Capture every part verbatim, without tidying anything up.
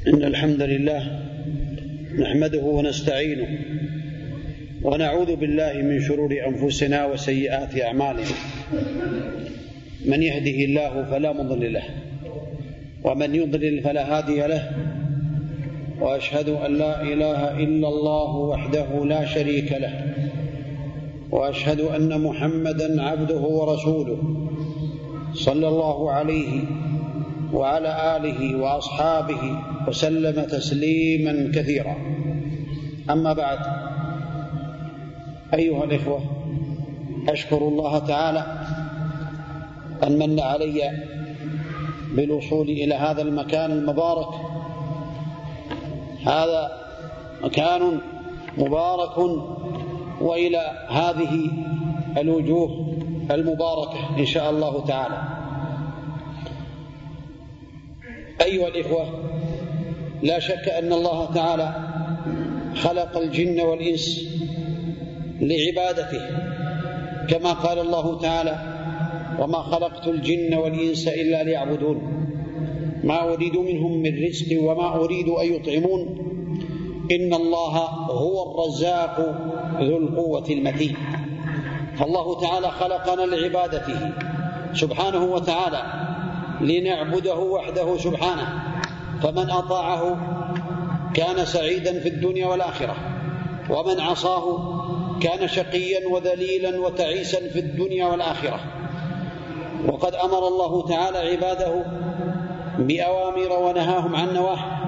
إن الحمد لله نحمده ونستعينه ونعوذ بالله من شرور أنفسنا وسيئات أعمالنا. من يهده الله فلا مضل له ومن يضلل فلا هادي له، وأشهد أن لا إله إلا الله وحده لا شريك له، وأشهد أن محمدًا عبده ورسوله صلى الله عليه وعلى آله وأصحابه وسلم تسليما كثيرا. أما بعد، أيها الإخوة، أشكر الله تعالى أن من علي بالوصول إلى هذا المكان المبارك. هذا مكان مبارك، وإلى هذه الوجوه المباركة إن شاء الله تعالى. أيها الإخوة، لا شك أن الله تعالى خلق الجن والإنس لعبادته، كما قال الله تعالى: وما خلقت الجن والإنس إلا ليعبدون ما أريد منهم من رزق وما أريد أن يطعمون إن الله هو الرزاق ذو القوة المتين. فالله تعالى خلقنا لعبادته سبحانه وتعالى، لنعبده وحده سبحانه. فمن أطاعه كان سعيدا في الدنيا والآخرة، ومن عصاه كان شقيا وذليلا وتعيسا في الدنيا والآخرة. وقد أمر الله تعالى عباده بأوامر ونهاهم عن نواهي،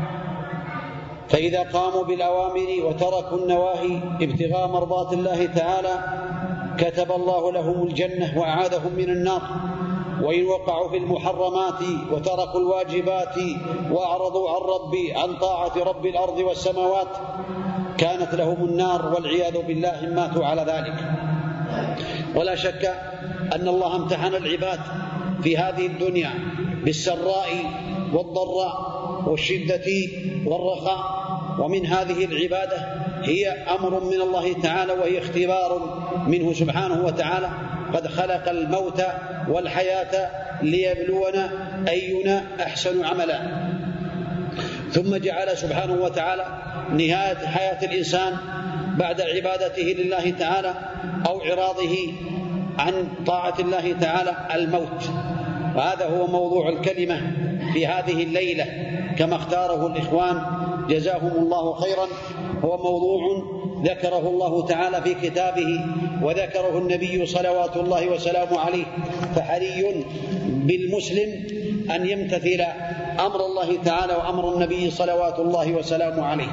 فإذا قاموا بالأوامر وتركوا النواهي ابتغاء مرضات الله تعالى كتب الله لهم الجنة وأعاذهم من النار. وإن وقعوا في المحرمات وتركوا الواجبات وأعرضوا عن ربي عن طاعة رب الأرض والسماوات كانت لهم النار، والعياذ بالله إن ماتوا على ذلك. ولا شك أن الله امتحن العباد في هذه الدنيا بالسراء والضراء والشدة والرخاء، ومن هذه العبادة هي أمر من الله تعالى، وهي اختبار منه سبحانه وتعالى. قد خلق الموت والحياة ليبلونا أينا أحسن عملا. ثم جعل سبحانه وتعالى نهاية حياة الإنسان بعد عبادته لله تعالى أو إعراضه عن طاعة الله تعالى الموت. وهذا هو موضوع الكلمة في هذه الليلة كما اختاره الإخوان جزاهم الله خيرا. هو موضوع ذكره الله تعالى في كتابه وذكره النبي صلوات الله وسلامه عليه، فحري بالمسلم أن يمتثل أمر الله تعالى وأمر النبي صلوات الله وسلامه عليه.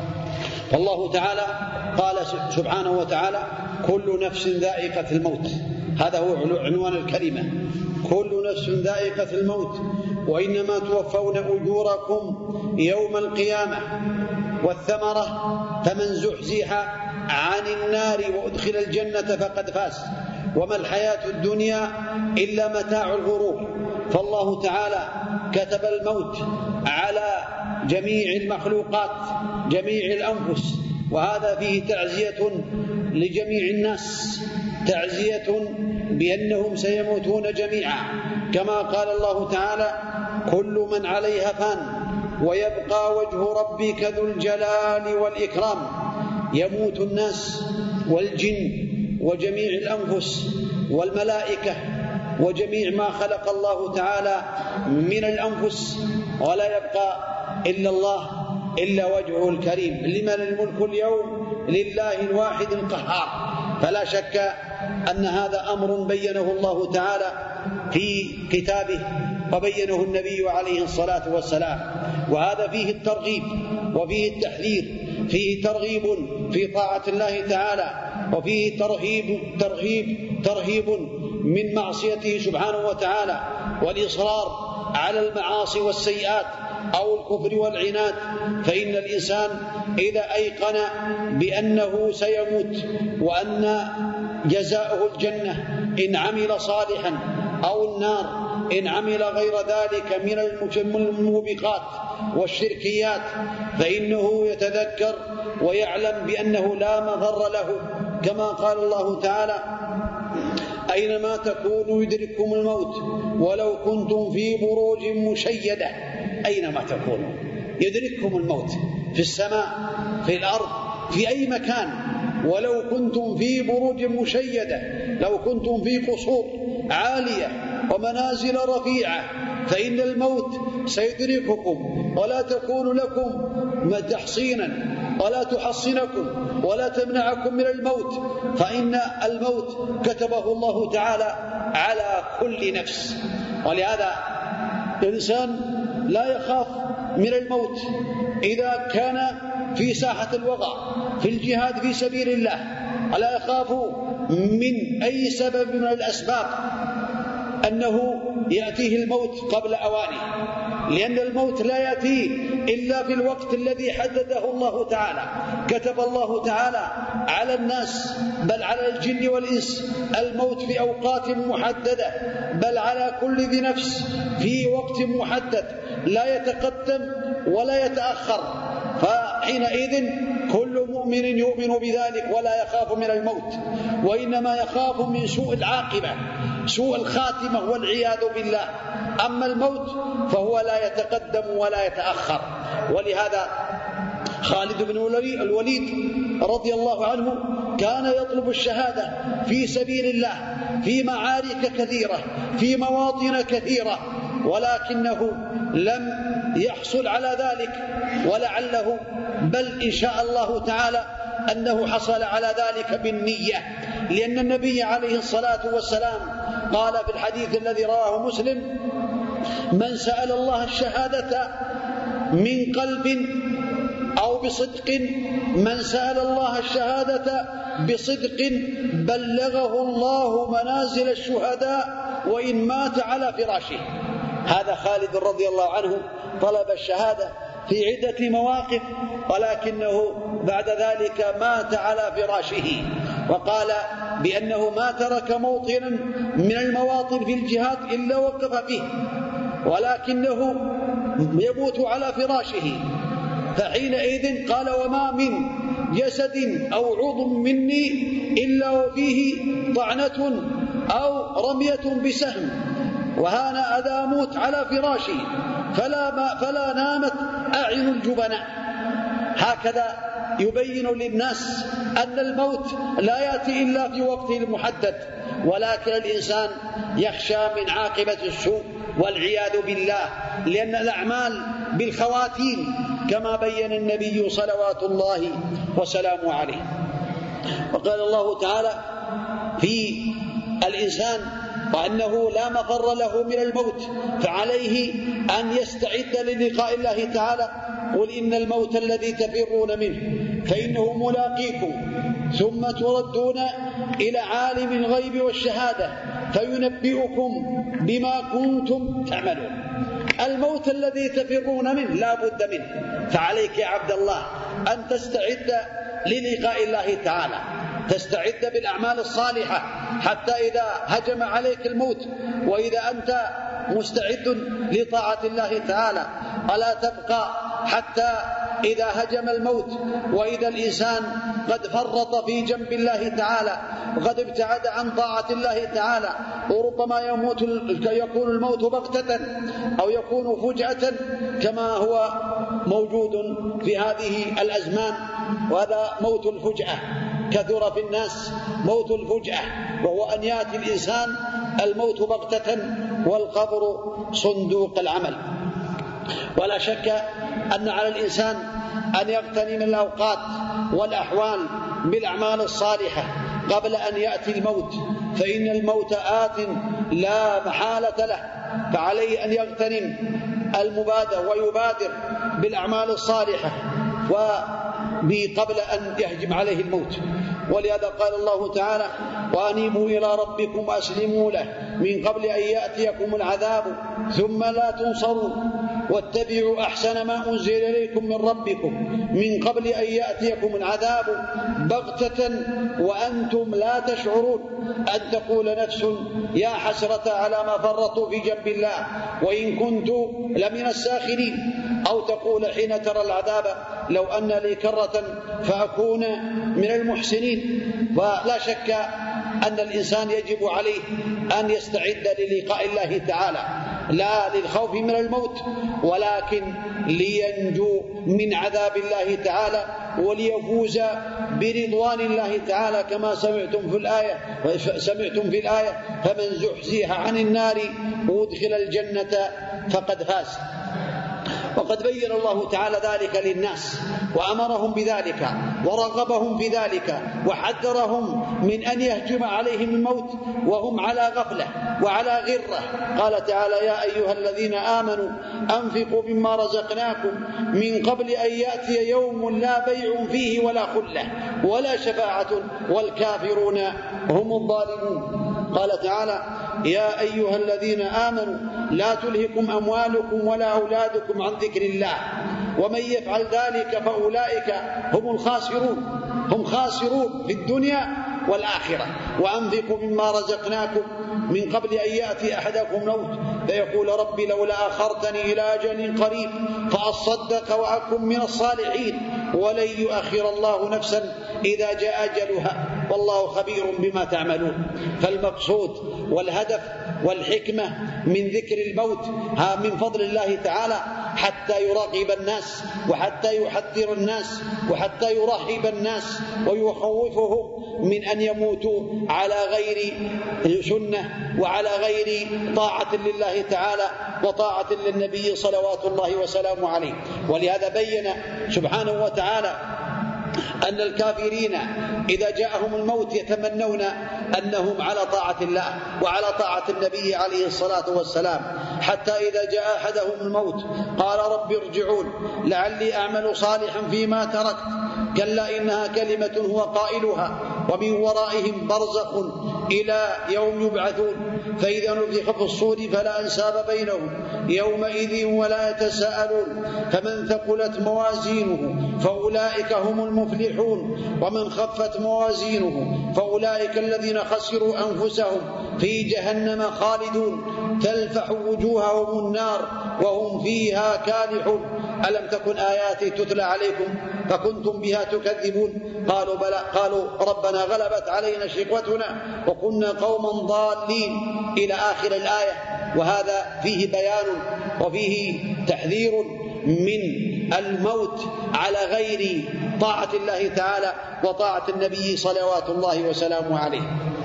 فالله تعالى قال سبحانه وتعالى: كل نفس ذائقة الموت. هذا هو عنوان الكلمة، كل نفس ذائقة الموت وإنما توفون أجوركم يوم القيامة. والثمرة: فمن زحزح عن النار وأدخل الجنة فقد فاز، وما الحياة الدنيا إلا متاع الغرور. فالله تعالى كتب الموت على جميع المخلوقات، جميع الأنفس، وهذا فيه تعزية لجميع الناس، تعزية بأنهم سيموتون جميعا، كما قال الله تعالى: كل من عليها فان ويبقى وجه ربك ذو الجلال والإكرام. يموت الناس والجن وجميع الأنفس والملائكة وجميع ما خلق الله تعالى من الأنفس، ولا يبقى إلا الله إلا وجهه الكريم. لمن الملك اليوم؟ لله الواحد القهار. فلا شك أن هذا أمر بينه الله تعالى في كتابه وبينه النبي عليه الصلاة والسلام. وهذا فيه الترغيب وفيه التحذير، فيه ترغيب في طاعة الله تعالى، وفيه ترهيب ترهيب ترهيب من معصيته سبحانه وتعالى، والإصرار على المعاصي والسيئات أو الكفر والعناد. فإن الإنسان إذا أيقن بأنه سيموت وأن جزاؤه الجنة إن عمل صالحا أو النار إن عمل غير ذلك من الموبقات والشركيات، فإنه يتذكر ويعلم بأنه لا مضر له، كما قال الله تعالى: أينما تكونوا يدرككم الموت ولو كنتم في بروج مشيدة. أينما تكونوا، يدرككم الموت في السماء، في الأرض، في أي مكان، ولو كنتم في بروج مشيدة، لو كنتم في قصور عالية ومنازل رفيعة، فإن الموت سيدرككم ولا تكون لكم تحصينا ولا تحصنكم ولا تمنعكم من الموت، فإن الموت كتبه الله تعالى على كل نفس. ولهذا الإنسان لا يخاف من الموت إذا كان في ساحة الوغى في الجهاد في سبيل الله، ولا يخاف من أي سبب من الأسباب أنه يأتيه الموت قبل أوانه، لأن الموت لا يأتي إلا في الوقت الذي حدده الله تعالى. كتب الله تعالى على الناس بل على الجن والإنس الموت في أوقات محددة، بل على كل ذي نفس في وقت محدد لا يتقدم ولا يتأخر، فحينئذ كل مؤمن يؤمن بذلك ولا يخاف من الموت، وإنما يخاف من سوء العاقبة، سوء الخاتمة والعياذ بالله. أما الموت فهو لا يتقدم ولا يتأخر. ولهذا خالد بن الوليد رضي الله عنه كان يطلب الشهادة في سبيل الله في معارك كثيرة في مواطن كثيرة، ولكنه لم يحصل على ذلك، ولعله بل إن شاء الله تعالى أنه حصل على ذلك بالنية، لأن النبي عليه الصلاة والسلام قال في الحديث الذي رواه مسلم: من سأل الله الشهادة من قلب أو بصدق من سأل الله الشهادة بصدق بلغه الله منازل الشهداء وإن مات على فراشه. هذا خالد رضي الله عنه طلب الشهادة في عدة مواقف، ولكنه بعد ذلك مات على فراشه، وقال بأنه ما ترك موطنا من المواطن في الجهاد إلا وقف فيه، ولكنه يموت على فراشه. فحينئذ قال: وما من جسد أو عضو مني إلا وفيه طعنة أو رمية بسهم، وهانا أذا أموت على فراشي فلا, ما فلا نامت أعين الجبناء. هكذا يبين للناس أن الموت لا يأتي إلا في وقته المحدد، ولكن الإنسان يخشى من عاقبة السوء والعياذ بالله، لأن الأعمال بالخواتيم كما بين النبي صلوات الله وسلامه عليه. وقال الله تعالى في الإنسان وأنه لا مفر له من الموت، فعليه أن يستعد للقاء الله تعالى: قل إن الموت الذي تفرون منه فإنه ملاقيكم ثم تردون إلى عالم الغيب والشهادة فينبئكم بما كنتم تعملون. الموت الذي تفرون منه لا بد منه، فعليك يا عبد الله أن تستعد للقاء الله تعالى، تستعد بالأعمال الصالحة حتى إذا هجم عليك الموت وإذا أنت مستعد لطاعة الله تعالى، ألا تبقى حتى إذا هجم الموت وإذا الإنسان قد فرط في جنب الله تعالى وقد ابتعد عن طاعة الله تعالى، وربما يموت يكون الموت بغتة أو يكون فجأة كما هو موجود في هذه الأزمان، وهذا موت الفجأة كثر في الناس موت الفجأة، وهو أن يأتي الإنسان الموت بغتة والقبر صندوق العمل. ولا شك أن على الإنسان أن يغتنم الأوقات والأحوال بالأعمال الصالحة قبل أن يأتي الموت، فإن الموت آت لا محالة له، فعليه أن يغتنم المبادرة ويبادر بالأعمال الصالحة قبل أن يهجم عليه الموت. ولهذا قال الله تعالى: وأنيبوا إلى ربكم وأسلموا له من قبل أن يأتيكم العذاب ثم لا تنصروا واتبعوا أحسن ما أنزل إليكم من ربكم من قبل أن يأتيكم العذاب بغتة وأنتم لا تشعرون، أن تقول نفس يا حسرة على ما فرطوا في جنب الله وإن كنت لمن الساخرين، أو تقول حين ترى العذاب لو أن لي كرة فأكون من المحسنين. ولا شك أن الإنسان يجب عليه أن يستعد للقاء الله تعالى، لا للخوف من الموت ولكن لينجو من عذاب الله تعالى وليفوز برضوان الله تعالى كما سمعتم في الآية سمعتم في الآية فمن زحزح عن النار وادخل الجنة فقد فاز. وقد بين الله تعالى ذلك للناس وأمرهم بذلك ورغبهم في ذلك وحذرهم من أن يهجم عليهم الموت وهم على غفلة وعلى غرة. قال تعالى يا أيها الذين آمنوا أنفقوا مما رزقناكم من قبل أن يأتي يوم لا بيع فيه ولا خلة ولا شفاعة والكافرون هم الظالمون. قال تعالى يا أيها الذين آمنوا لا تلهكم أموالكم ولا أولادكم عن ذكر الله ومن يفعل ذلك فأولئك هم الخاسرون هم خاسرون في الدنيا والآخرة. وأنفقوا مما رزقناكم من قبل أن يأتي أحدكم موت فيقول ربي لولا أخرتني إلى أجل قريب فأصدق وأكن من الصالحين ولن يؤخر الله نفسا إذا جاء أجلها والله خبير بما تعملون. فالمقصود والهدف والحكمة من ذكر الموت ها من فضل الله تعالى حتى يراقب الناس وحتى يحذر الناس وحتى يرهب الناس ويخوفهم من أن يموتوا على غير سنة وعلى غير طاعة لله تعالى وطاعة للنبي صلوات الله وسلامه عليه. ولهذا بين سبحانه وتعالى أن الكافرين إذا جاءهم الموت يتمنون أنهم على طاعة الله وعلى طاعة النبي عليه الصلاة والسلام حتى إذا جاء أحدهم الموت قال رب ارجعون لعلي أعمل صالحا فيما تركت كلا إنها كلمة هو قائلها ومن ورائهم برزخ إلى يوم يبعثون فإذا نفخ في الصور فلا أنساب بينهم يومئذ ولا يتساءلون فمن ثقلت موازينه فأولئك هم المفلحون ومن خفت موازينه فأولئك الذين خسروا أنفسهم في جهنم خالدون تلفح وجوههم النار وهم فيها كالحون ألم تكن آياتي تتلى عليكم فكنتم بها تكذبون قالوا بلى قالوا ربنا غلبت علينا شقوتنا وكنا قوما ضالين إلى آخر الآية. وهذا فيه بيان وفيه تحذير من الموت على غير طاعة الله تعالى وطاعة النبي صلوات الله وسلامه عليه.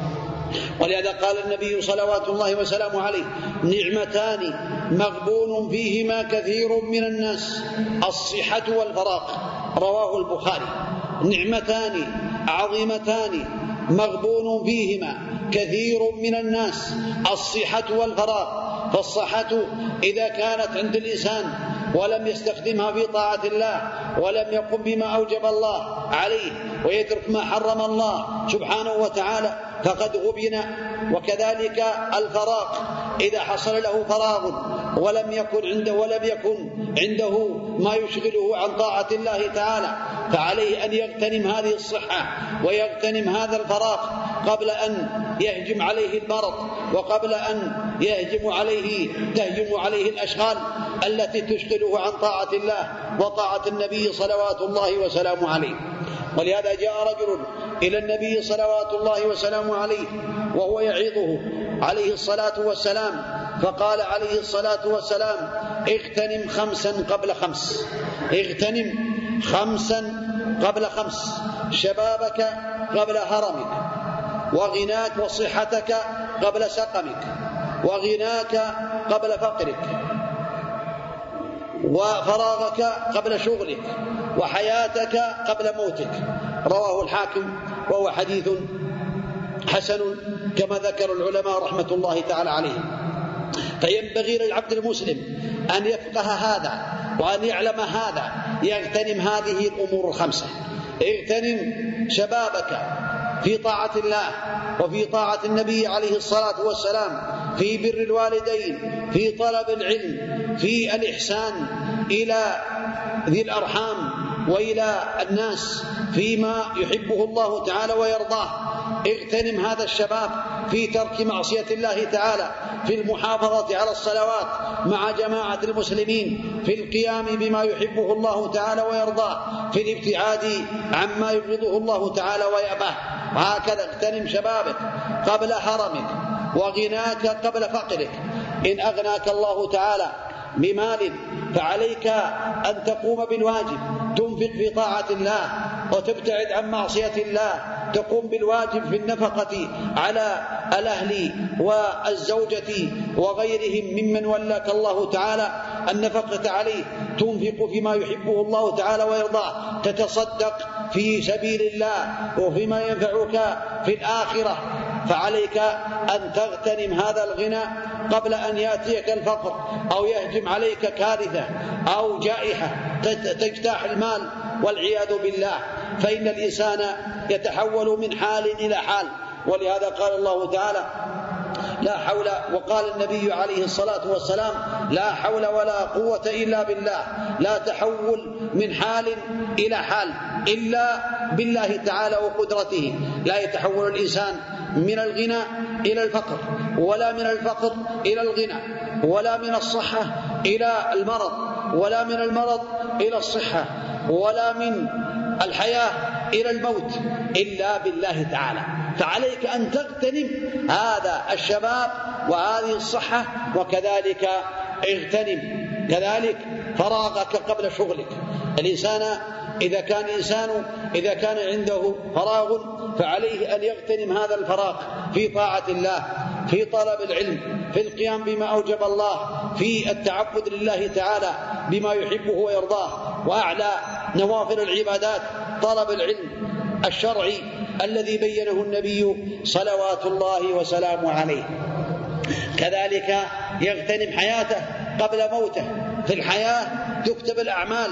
ولهذا قال النبي صلوات الله وسلامه عليه نعمتان مغبون فيهما كثير من الناس الصحة والفراغ رواه البخاري. نعمتان عظيمتان مغبون فيهما كثير من الناس الصحة والفراغ. فالصحة إذا كانت عند الإنسان ولم يستخدمها في طاعة الله ولم يقم بما أوجب الله عليه ويترك ما حرم الله سبحانه وتعالى فقد غبن. وكذلك الفراغ إذا حصل له فراغ ولم يكن عنده ولم يكن عنده ما يشغله عن طاعة الله تعالى فعليه أن يغتنم هذه الصحة ويغتنم هذا الفراغ قبل أن يهجم عليه المرض وقبل أن يهجم عليه تهجم عليه الأشغال التي تشغله عن طاعة الله وطاعة النبي صلوات الله وسلامه عليه. ولهذا جاء رجل إلى النبي صلوات الله وسلامه عليه وهو يعظه عليه الصلاة والسلام فقال عليه الصلاة والسلام اغتنم خمسا قبل خمس اغتنم خمسا قبل خمس شبابك قبل هرمك وغناك وصحتك قبل سقمك وغناك قبل فقرك وفراغك قبل شغلك وحياتك قبل موتك. رواه الحاكم وهو حديث حسن كما ذكر العلماء رحمة الله تعالى عليهم. فينبغي للعبد المسلم أن يفقه هذا وأن يعلم هذا يغتنم هذه الأمور الخمسة. اغتنم شبابك في طاعة الله وفي طاعة النبي عليه الصلاة والسلام في بر الوالدين في طلب العلم في الإحسان إلى ذي الأرحام وإلى الناس فيما يحبه الله تعالى ويرضاه. اغتنم هذا الشباب في ترك معصية الله تعالى في المحافظة على الصلوات مع جماعة المسلمين في القيام بما يحبه الله تعالى ويرضاه في الابتعاد عما يبغضه الله تعالى ويأباه. وهكذا اغتنم شبابك قبل هرمك وغناك قبل فقرك إن أغناك الله تعالى بمال فعليك أن تقوم بالواجب، تنفق في طاعة الله وتبتعد عن معصية الله، تقوم بالواجب في النفقة على الأهل والزوجة وغيرهم ممن ولاك الله تعالى النفقة عليه، تنفق فيما يحبه الله تعالى ويرضاه، تتصدق في سبيل الله وفيما ينفعك في الآخرة. فعليك أن تغتنم هذا الغنى قبل أن يأتيك الفقر أو يهجم عليك كارثة أو جائحة تجتاح المال والعياذ بالله، فإن الإنسان يتحول من حال إلى حال. ولهذا قال الله تعالى لا حول، وقال النبي عليه الصلاة والسلام لا حول ولا قوة إلا بالله، لا تحول من حال إلى حال إلا بالله تعالى وقدرته. لا يتحول الإنسان من الغنى إلى الفقر، ولا من الفقر إلى الغنى، ولا من الصحة إلى المرض، ولا من المرض إلى الصحة، ولا من الحياة إلى الموت إلا بالله تعالى. فعليك أن تغتنم هذا الشباب وهذه الصحة، وكذلك اغتنم كذلك فراغك قبل شغلك. الإنسان إذا كان إنسان إذا كان عنده فراغ فعليه أن يغتنم هذا الفراغ في طاعة الله، في طلب العلم، في القيام بما أوجب الله، في التعبد لله تعالى بما يحبه ويرضاه. وأعلى نوافل العبادات طلب العلم الشرعي الذي بينه النبي صلوات الله وسلامه عليه. كذلك يغتنم حياته قبل موته. في الحياة تكتب الأعمال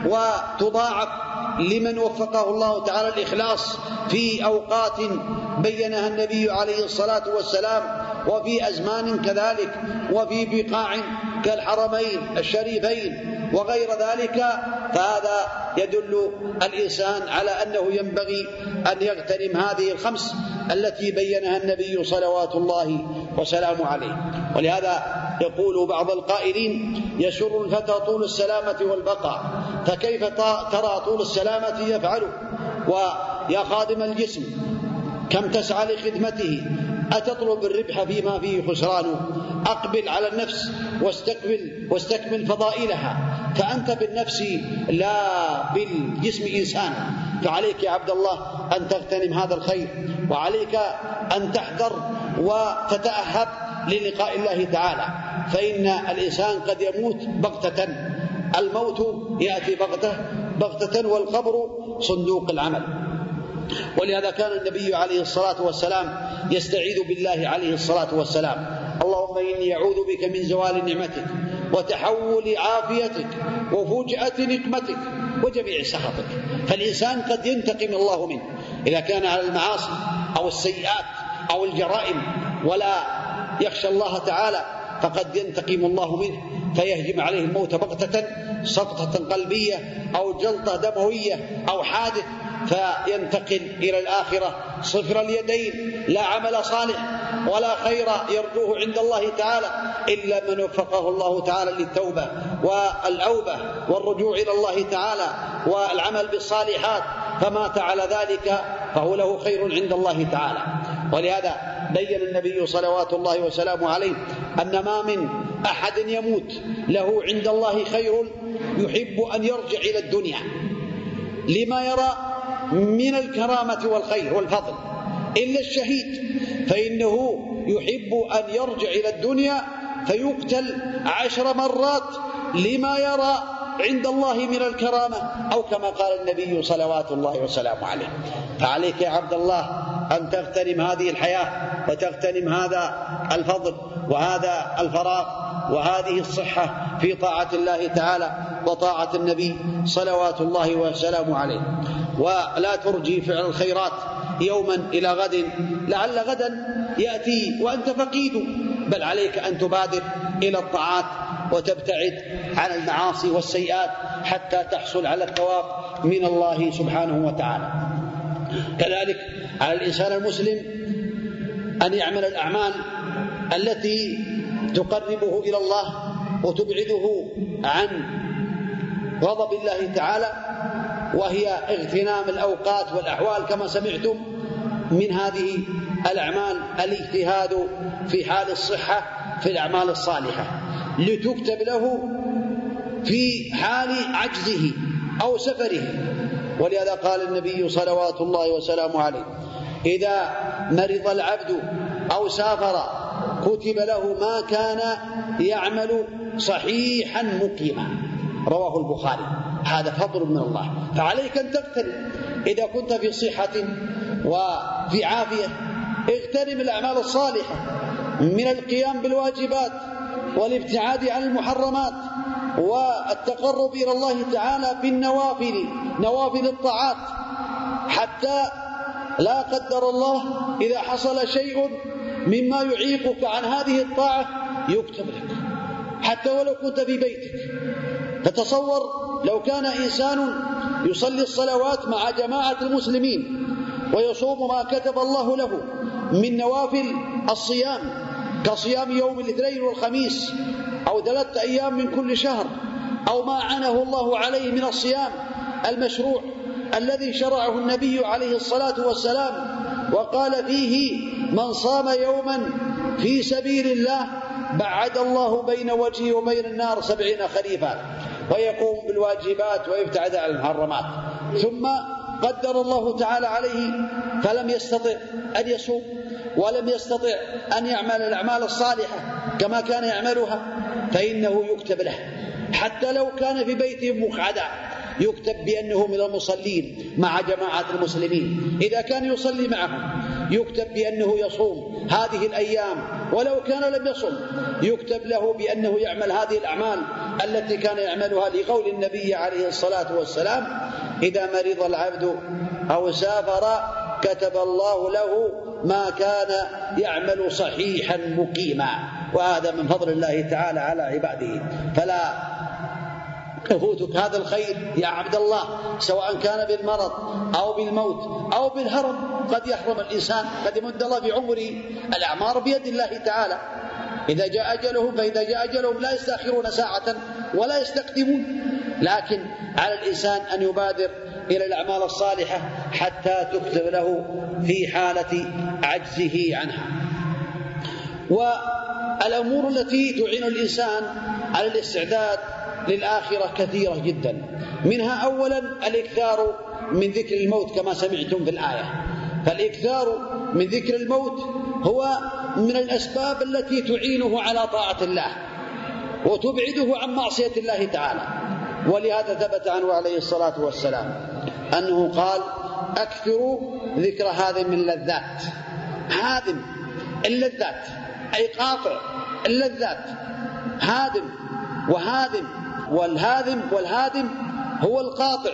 وتضاعف لمن وفقه الله تعالى الإخلاص في أوقات بينها النبي عليه الصلاة والسلام، وفي أزمان كذلك، وفي بقاع كالحرمين الشريفين وغير ذلك. فهذا يدل الإنسان على أنه ينبغي أن يغتنم هذه الخمس التي بينها النبي صلوات الله وسلامه عليه. ولهذا يقول بعض القائلين يسر الفتى طول السلامة والبقاء، فكيف ترى طول السلامة يفعله؟ ويا خادم الجسم كم تسعى لخدمته، أتطلب الربح فيما فيه خسرانه؟ أقبل على النفس واستقبل واستكمل فضائلها، فأنت بالنفس لا بالجسم إنسان. فعليك يا عبد الله أن تغتنم هذا الخير، وعليك أن تحذر وتتأهب للقاء الله تعالى، فإن الإنسان قد يموت بغتة. الموت يأتي بغتة بغتة والقبر صندوق العمل. ولهذا كان النبي عليه الصلاة والسلام يستعيذ بالله عليه الصلاة والسلام اللهم إني أعوذ بك من زوال نعمتك وتحول عافيتك وفجأة نقمتك وجميع سخطك. فالإنسان قد ينتقم الله منه إذا كان على المعاصي أو السيئات أو الجرائم ولا يخشى الله تعالى، فقد ينتقم الله منه فيهجم عليه الموت بغتة، سقطة قلبية أو جلطة دموية أو حادث، فينتقل إلى الآخرة صفر اليدين، لا عمل صالح ولا خير يرجوه عند الله تعالى إلا من وفقه الله تعالى للتوبة والأوبة والرجوع إلى الله تعالى والعمل بالصالحات، فمات على ذلك فهو له خير عند الله تعالى. ولهذا بين النبي صلوات الله وسلامه عليه أن ما من أحد يموت له عند الله خير يحب أن يرجع إلى الدنيا لما يرى من الكرامة والخير والفضل إلا الشهيد، فإنه يحب أن يرجع إلى الدنيا فيقتل عشر مرات لما يرى عند الله من الكرامة، أو كما قال النبي صلوات الله وسلامه عليه. فعليك يا عبد الله أن تغتنم هذه الحياة وتغتنم هذا الفضل وهذا الفراغ وهذه الصحة في طاعة الله تعالى وطاعة النبي صلوات الله وسلامه عليه. ولا ترجي فعل الخيرات يوما إلى غد، لعل غدا يأتي وأنت فقيد، بل عليك أن تبادر إلى الطاعات وتبتعد عن المعاصي والسيئات حتى تحصل على الثواب من الله سبحانه وتعالى. كذلك على الإنسان المسلم أن يعمل الأعمال التي تقربه إلى الله وتبعده عن غضب الله تعالى، وهي اغتنام الأوقات والأحوال كما سمعتم. من هذه الأعمال الاجتهاد في حال الصحة في الأعمال الصالحة لتكتب له في حال عجزه أو سفره. ولهذا قال النبي صلوات الله وسلامه عليه: إذا مرض العبد أو سافر كتب له ما كان يعمل صحيحا مقيما. رواه البخاري. هذا فضل من الله، فعليك أن تغتنم إذا كنت في صحة وفي عافية، اغتنم الأعمال الصالحة من القيام بالواجبات والابتعاد عن المحرمات والتقرب إلى الله تعالى بالنوافل، نوافل الطاعات، حتى لا قدر الله إذا حصل شيء مما يعيقك عن هذه الطاعة يكتب لك، حتى ولو كنت في بيتك. فتصور لو كان إنسان يصلي الصلوات مع جماعة المسلمين ويصوم ما كتب الله له من نوافل الصيام كصيام يوم الاثنين والخميس أو ثلاثة أيام من كل شهر، أو ما عنه الله عليه من الصيام المشروع الذي شرعه النبي عليه الصلاة والسلام وقال فيه: من صام يوما في سبيل الله بعد الله بين وجهه وبين النار سبعين خريفا، ويقوم بالواجبات ويبتعد عن المحرمات، ثم قدر الله تعالى عليه فلم يستطع أن يصوم ولم يستطع أن يعمل الأعمال الصالحة كما كان يعملها، فإنه يكتب له حتى لو كان في بيته مقعدا، يكتب بأنه من المصلين مع جماعة المسلمين. إذا كان يصلي معهم يكتب بأنه يصوم هذه الأيام، ولو كان لم يصم يكتب له بأنه يعمل هذه الأعمال التي كان يعملها، لقول النبي عليه الصلاة والسلام: إذا مرض العبد أو سافر كتب الله له ما كان يعمل صحيحا مقيما. وهذا من فضل الله تعالى على عباده، فلا يفوتك هذا الخير يا عبد الله، سواء كان بالمرض أو بالموت أو بالهرم. قد يحرم الإنسان، قد يمد الله في عمره، الأعمار بيد الله تعالى، إذا جاء أجلهم فإذا جاء أجلهم لا يستأخرون ساعة ولا يستقدمون، لكن على الإنسان أن يبادر إلى الأعمال الصالحة حتى تكتب له في حالة عجزه عنها. والأمور التي تعين الإنسان على الاستعداد للآخرة كثيرة جدا، منها أولا الإكثار من ذكر الموت كما سمعتم في الآية. فالإكثار من ذكر الموت هو من الأسباب التي تعينه على طاعة الله وتبعده عن معصية الله تعالى. ولهذا ثبت عنه عليه الصلاة والسلام أنه قال: أكثروا ذكر هادم اللذات. هادم اللذات أي قاطع اللذات، هادم وهادم، والهادم والهادم هو القاطع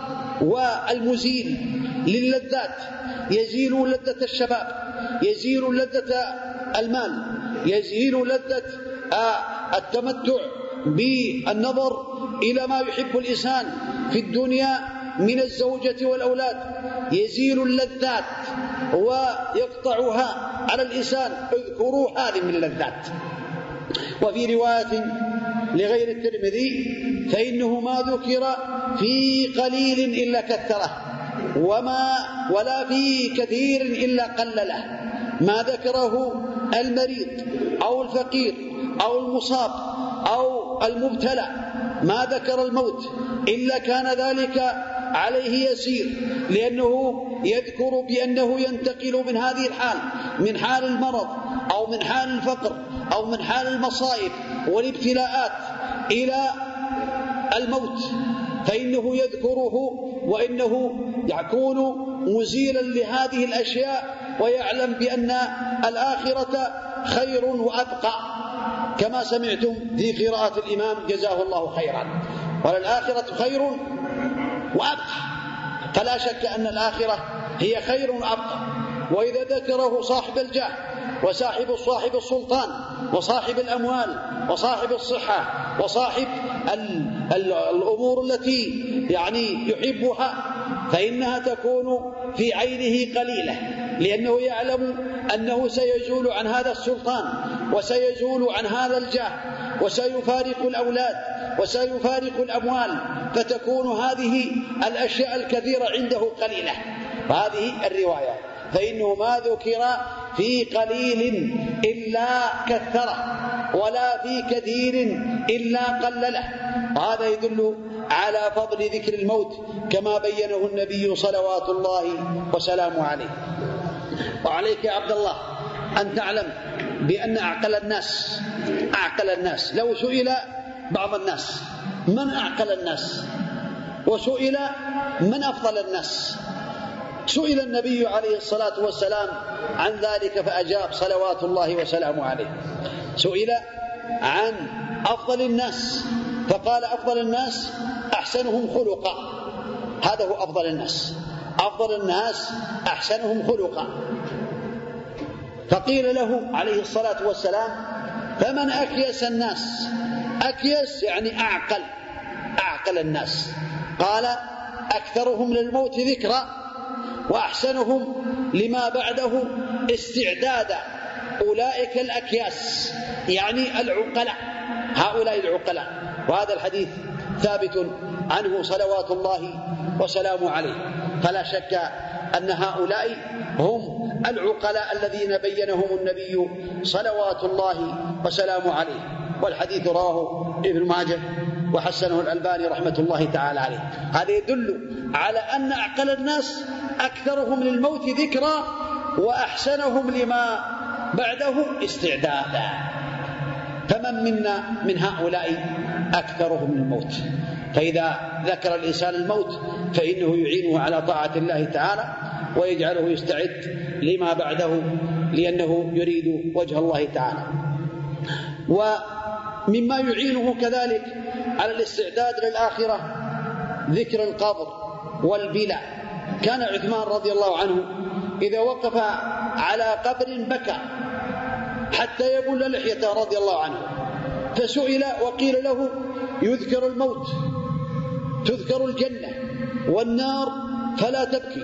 والمزيل للذات، يزيل لذة الشباب، يزيل لذة المال، يزيل لذة التمتع بالنظر إلى ما يحب الإنسان في الدنيا من الزوجة والأولاد، يزيل اللذات ويقطعها على الإنسان. اذكروا هذه من اللذات. وفي رواية لغير الترمذي: فإنه ما ذكر في قليل إلا كثره، وما ولا في كثير إلا قلله. ما ذكره المريض أو الفقير أو المصاب أو المبتلى، ما ذكر الموت إلا كان ذلك عليه يسير، لأنه يذكر بأنه ينتقل من هذه الحال، من حال المرض أو من حال الفقر أو من حال المصائب والابتلاءات إلى الموت، فإنه يذكره وإنه يكون مزيلا لهذه الأشياء، ويعلم بأن الآخرة خير وأبقى، كما سمعتم في قراءة الإمام جزاه الله خيرا. وللآخرة خير وأبقى، فلا شك أن الآخرة هي خير وأبقى. وإذا ذكره صاحب الجاه وصاحب صاحب السلطان وصاحب الأموال وصاحب الصحة وصاحب ال ال الأمور التي يعني يحبها، فإنها تكون في عينه قليلة، لأنه يعلم أنه سيزول عن هذا السلطان وسيزول عن هذا الجاه وسيفارق الأولاد وسيفارق الأموال، فتكون هذه الأشياء الكثيرة عنده قليلة. وهذه الرواية. فإنه ما ذكر في قليل إلا كثره، ولا في كثير إلا قلله. وهذا يدل على فضل ذكر الموت كما بينه النبي صلوات الله وسلامه عليه. وعليك يا عبد الله أن تعلم بأن أعقل الناس أعقل الناس لو سئل بعض الناس من أعقل الناس وسئل من أفضل الناس، سئل النبي عليه الصلاة والسلام عن ذلك فأجاب صلوات الله وسلامه عليه. سئل عن أفضل الناس فقال أفضل الناس أحسنهم خلقا، هذا هو أفضل الناس، أفضل الناس أحسنهم خلقا. فقيل له عليه الصلاة والسلام فمن أكيس الناس؟ أكيس يعني أعقل أعقل الناس. قال أكثرهم للموت ذكرا وأحسنهم لما بعده استعدادا، أولئك الأكياس يعني العقلاء، هؤلاء العقلاء. وهذا الحديث ثابت عنه صلوات الله وسلامه عليه، فلا شك أن هؤلاء هم العقلاء الذين بينهم النبي صلوات الله وسلامه عليه. والحديث رواه ابن ماجه وحسنه الألباني رحمة الله تعالى عليه. هذا يدل على أن أعقل الناس أكثرهم للموت ذكرا وأحسنهم لما بعده استعدادا. فمن منا من هؤلاء أكثرهم للموت؟ فإذا ذكر الإنسان الموت فإنه يعينه على طاعة الله تعالى ويجعله يستعد لما بعده، لأنه يريد وجه الله تعالى. ومما يعينه كذلك على الاستعداد للآخرة ذكر القبر والبلاء. كان عثمان رضي الله عنه إذا وقف على قبر بكى حتى يبل لحيته رضي الله عنه، فسئل وقيل له يذكر الموت، تذكر الجنة والنار فلا تبكي،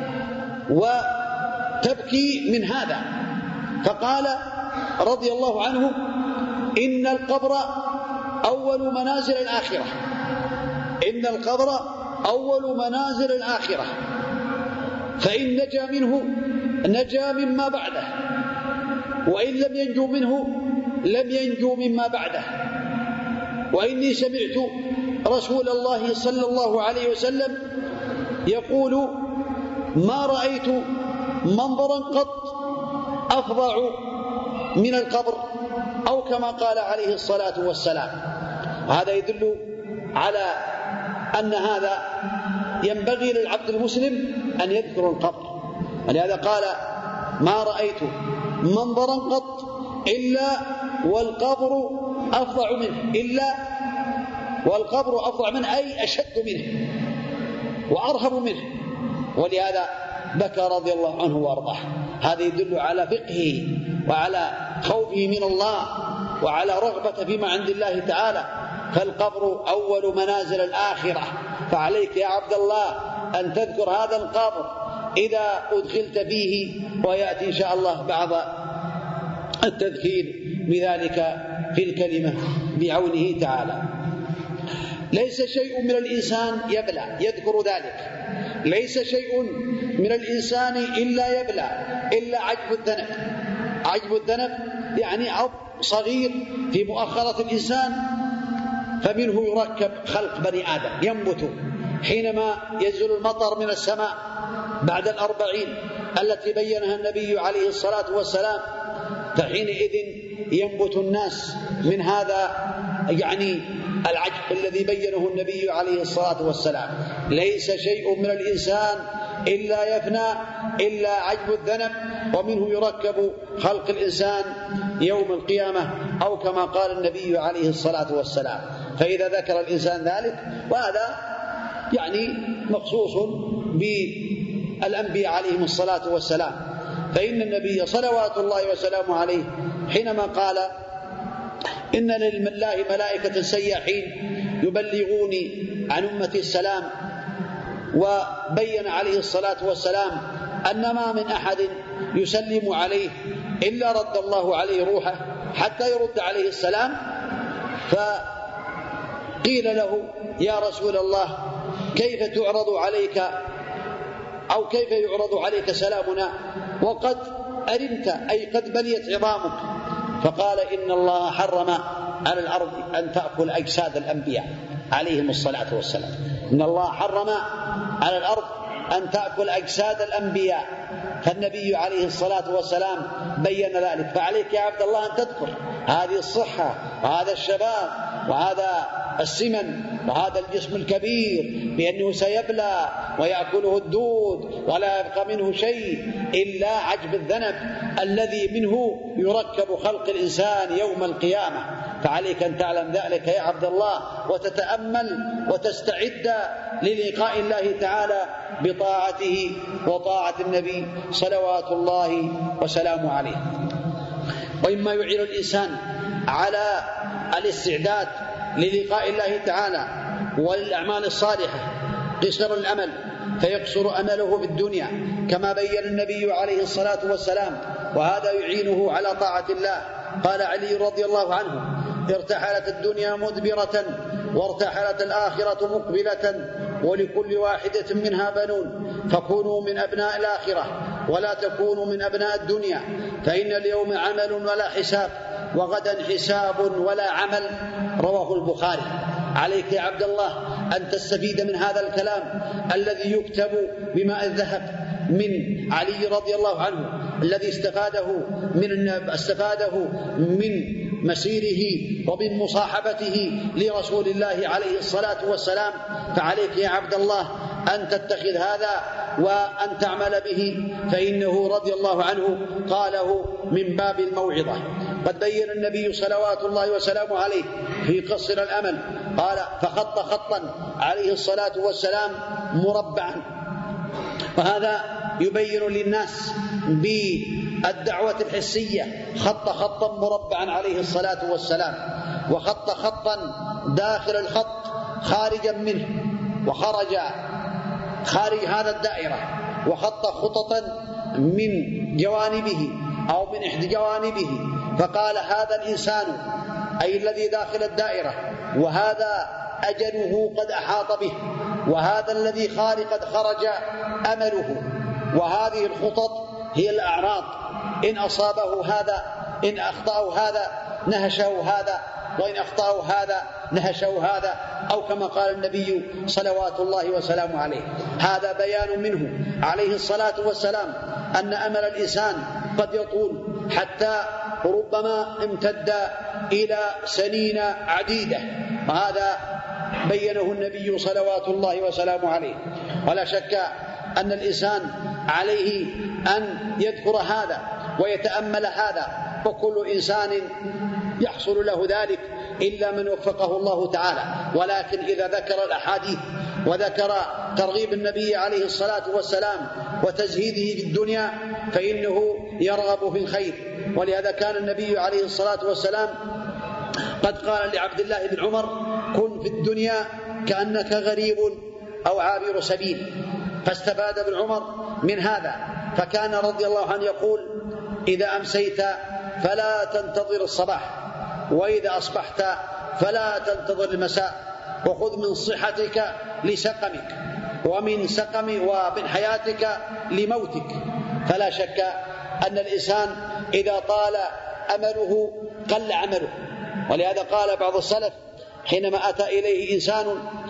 وتبكي من هذا. فقال رضي الله عنه إن القبر أول منازل الآخرة، إن القبر أول منازل الآخرة، فإن نجا منه نجا مما بعده، وإن لم ينجو منه لم ينجو مما بعده. وإني سمعت رسول الله صلى الله عليه وسلم يقول ما رأيت منظرا قط أفظع من القبر، أو كما قال عليه الصلاة والسلام. هذا يدل على أن هذا ينبغي للعبد المسلم أن يذكر القبر، ولهذا قال ما رأيت منظرا قط إلا والقبر أفظع منه، إلا والقبر أفظع منه أي أشد منه وأرهب منه. ولهذا بكى رضي الله عنه وأرضاه. هذا يدل على فقهه وعلى خوفه من الله وعلى رغبة فيما عند الله تعالى. فالقبر أول منازل الآخرة، فعليك يا عبد الله أن تذكر هذا القبر إذا أدخلت فيه، ويأتي إن شاء الله بعض التذكير بذلك في الكلمة بعونه تعالى. ليس شيء من الإنسان يبلى، يذكر ذلك، ليس شيء من الإنسان إلا يبلى إلا عجب الذنب. عجب الذنب يعني عض صغير في مؤخرة الإنسان، فمنه يركب خلق بني آدم ينبت حينما ينزل المطر من السماء بعد الأربعين التي بينها النبي عليه الصلاة والسلام، فحينئذ ينبت الناس من هذا يعني العجب الذي بينه النبي عليه الصلاة والسلام. ليس شيء من الإنسان إلا يفنى إلا عجب الذنب، ومنه يركب خلق الإنسان يوم القيامة، أو كما قال النبي عليه الصلاة والسلام. فإذا ذكر الإنسان ذلك، وهذا يعني مخصوص بالأنبياء عليهم الصلاة والسلام، فإن النبي صلوات الله وسلامه عليه حينما قال إن لله ملائكة سياحين يبلغوني عن أمتي السلام، وبين عليه الصلاة والسلام أن ما من أحد يسلم عليه إلا رد الله عليه روحه حتى يرد عليه السلام. فقيل له يا رسول الله كيف تعرض عليك أو كيف يعرض عليك سلامنا وقد أرمت أي قد بليت عظامك؟ فقال إن الله حرم على الأرض أن تأكل أجساد الأنبياء عليهم الصلاة والسلام. إن الله حرم على الأرض أن تأكل أجساد الأنبياء، فالنبي عليه الصلاة والسلام بين ذلك. فعليك يا عبد الله أن تذكر هذه الصحة وهذا الشباب وهذا السمن وهذا الجسم الكبير بأنه سيبلى ويأكله الدود ولا يبقى منه شيء إلا عجب الذنب الذي منه يركب خلق الإنسان يوم القيامة. فعليك أن تعلم ذلك يا عبد الله وتتأمل وتستعد للقاء الله تعالى بطاعته وطاعة النبي صلوات الله وسلامه عليه. وإما يعين الإنسان على الاستعداد للقاء الله تعالى والأعمال الصالحة قصر الأمل فيقصر أمله في الدنيا كما بين النبي عليه الصلاة والسلام، وهذا يعينه على طاعة الله. قال علي رضي الله عنه: ارتحلت الدنيا مدبرة وارتحلت الآخرة مقبلة ولكل واحدة منها بنون، فكونوا من أبناء الآخرة ولا تكونوا من أبناء الدنيا، فإن اليوم عمل ولا حساب وغدا حساب ولا عمل. رواه البخاري. عليك يا عبد الله أن تستفيد من هذا الكلام الذي يكتب بماء الذهب من علي رضي الله عنه، الذي استفاده من استفاده من مسيره ومن مصاحبته لرسول الله عليه الصلاة والسلام. فعليك يا عبد الله أن تتخذ هذا وأن تعمل به، فإنه رضي الله عنه قاله من باب الموعظة. قد بين النبي صلوات الله وسلامه عليه في قصر الأمل، قال: فخط خطا عليه الصلاة والسلام مربعا، وهذا يبين للناس بالدعوة الحسية. خط خطا مربعا عليه الصلاة والسلام، وخط خطا داخل الخط خارجا منه، وخرج خارج هذا الدائرة، وخط خططا من جوانبه أو من إحدى جوانبه، فقال: هذا الإنسان أي الذي داخل الدائرة، وهذا أجله قد أحاط به، وهذا الذي خارج قد خرج أمله، وهذه الخطط هي الأعراض، إن أصابه هذا إن أخطأه هذا نهشه هذا، وإن أخطأه هذا نهشه هذا، أو كما قال النبي صلوات الله وسلامه عليه. هذا بيان منه عليه الصلاة والسلام أن أمل الإنسان قد يطول حتى ربما امتد إلى سنين عديدة، وهذا بينه النبي صلوات الله وسلامه عليه. ولا شك أن الإنسان عليه أن يذكر هذا ويتأمل هذا، وكل إنسان يحصل له ذلك إلا من وفقه الله تعالى. ولكن إذا ذكر الأحاديث وذكر ترغيب النبي عليه الصلاة والسلام وتزهيده في الدنيا فإنه يرغب في الخير. ولهذا كان النبي عليه الصلاة والسلام قد قال لعبد الله بن عمر: كن في الدنيا كأنك غريب أو عابر سبيل. فاستفاد ابن عمر من هذا، فكان رضي الله عنه يقول: إذا أمسيت فلا تنتظر الصباح، وإذا أصبحت فلا تنتظر المساء، وخذ من صحتك لسقمك، ومن سقم ومن حياتك لموتك. فلا شك أن الإنسان إذا طال أمله قل عمله. ولهذا قال بعض السلف حينما أتى إليه إنسان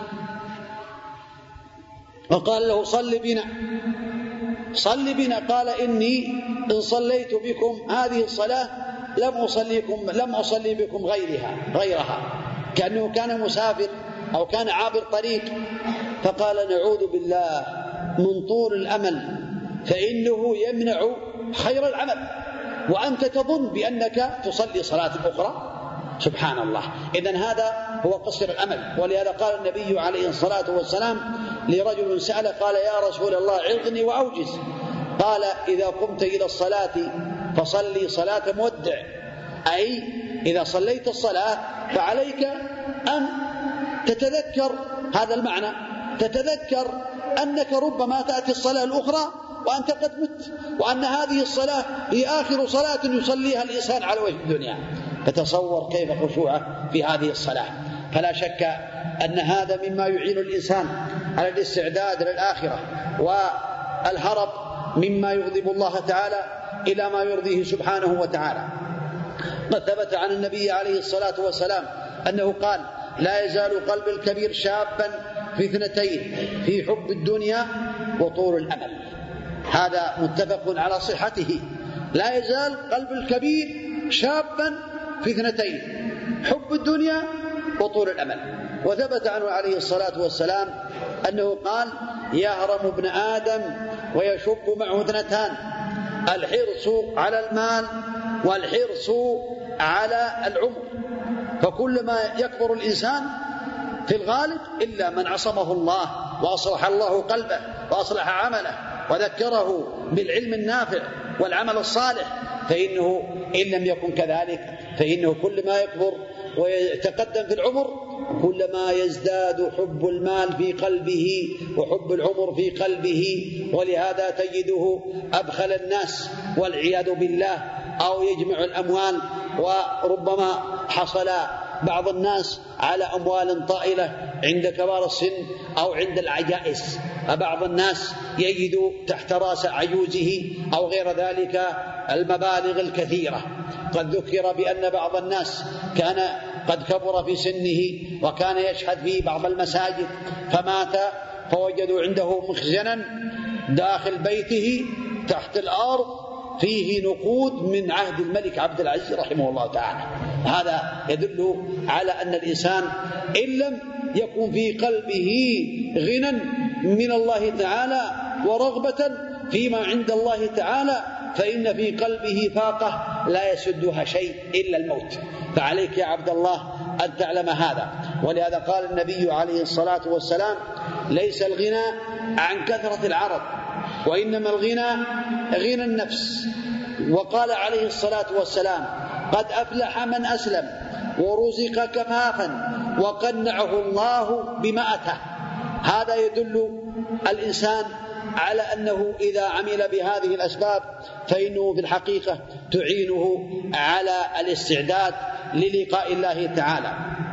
وقال له: صل بنا صل بنا قال: إني إن صليت بكم هذه الصلاة لم أصليكم لم أصلي بكم غيرها غيرها كأنه كان مسافر أو كان عابر طريق. فقال: نعوذ بالله من طول الأمل، فإنه يمنع خير العمل، وأنت تظن بأنك تصلي صلاة أخرى. سبحان الله. إذن هذا هو قصر الأمل. ولهذا قال النبي عليه الصلاة والسلام لرجل سأل قال: يا رسول الله عظني وأوجز. قال: إذا قمت إلى الصلاة فصلي صلاة مودع، أي إذا صليت الصلاة فعليك أن تتذكر هذا المعنى، تتذكر أنك ربما تأتي الصلاة الأخرى وأنت قد مت، وأن هذه الصلاة هي آخر صلاة يصليها الإنسان على وجه الدنيا. فتصور كيف خشوعه في هذه الصلاة. فلا شك أن هذا مما يعين الإنسان على الاستعداد للآخرة الهرب مما يغضب الله تعالى إلى ما يرضيه سبحانه وتعالى. قد ثبت عن النبي عليه الصلاة والسلام أنه قال: لا يزال قلب الكبير شابا في اثنتين، في حب الدنيا وطول الأمل. هذا متفق على صحته. لا يزال قلب الكبير شابا في اثنتين، حب الدنيا وطول الأمل. وثبت عنه عليه الصلاة والسلام أنه قال: يهرم ابن آدم ويشب معه اثنتان، الحرص على المال والحرص على العمر. فكلما يكبر الإنسان في الغالب إلا من عصمه الله وأصلح الله قلبه وأصلح عمله وذكره بالعلم النافع والعمل الصالح، فإنه إن لم يكن كذلك فإنه كل ما يكبر ويتقدم في العمر كلما يزداد حب المال في قلبه وحب العمر في قلبه. ولهذا تجده أبخل الناس والعياذ بالله، أو يجمع الأموال، وربما حصل بعض الناس على أموال طائلة عند كبار السن أو عند العجائز، فبعض الناس يجد تحت رأس عجوزه أو غير ذلك المبالغ الكثيرة. قد ذكر بأن بعض الناس كان قد كبر في سنه وكان يشهد في بعض المساجد فمات، فوجدوا عنده مخزنا داخل بيته تحت الأرض فيه نقود من عهد الملك عبد العزيز رحمه الله تعالى. هذا يدل على أن الإنسان إن لم يكن في قلبه غنى من الله تعالى ورغبة فيما عند الله تعالى فإن في قلبه فاقة لا يسدها شيء إلا الموت. فعليك يا عبد الله أن تعلم هذا. ولهذا قال النبي عليه الصلاة والسلام: ليس الغنى عن كثرة العرض، وإنما الغنى غنى النفس. وقال عليه الصلاة والسلام: قد أفلح من أسلم ورزق كفافا وقنعه الله بمأته. هذا يدل الإنسان على أنه إذا عمل بهذه الأسباب فإنه في الحقيقة تعينه على الاستعداد للقاء الله تعالى.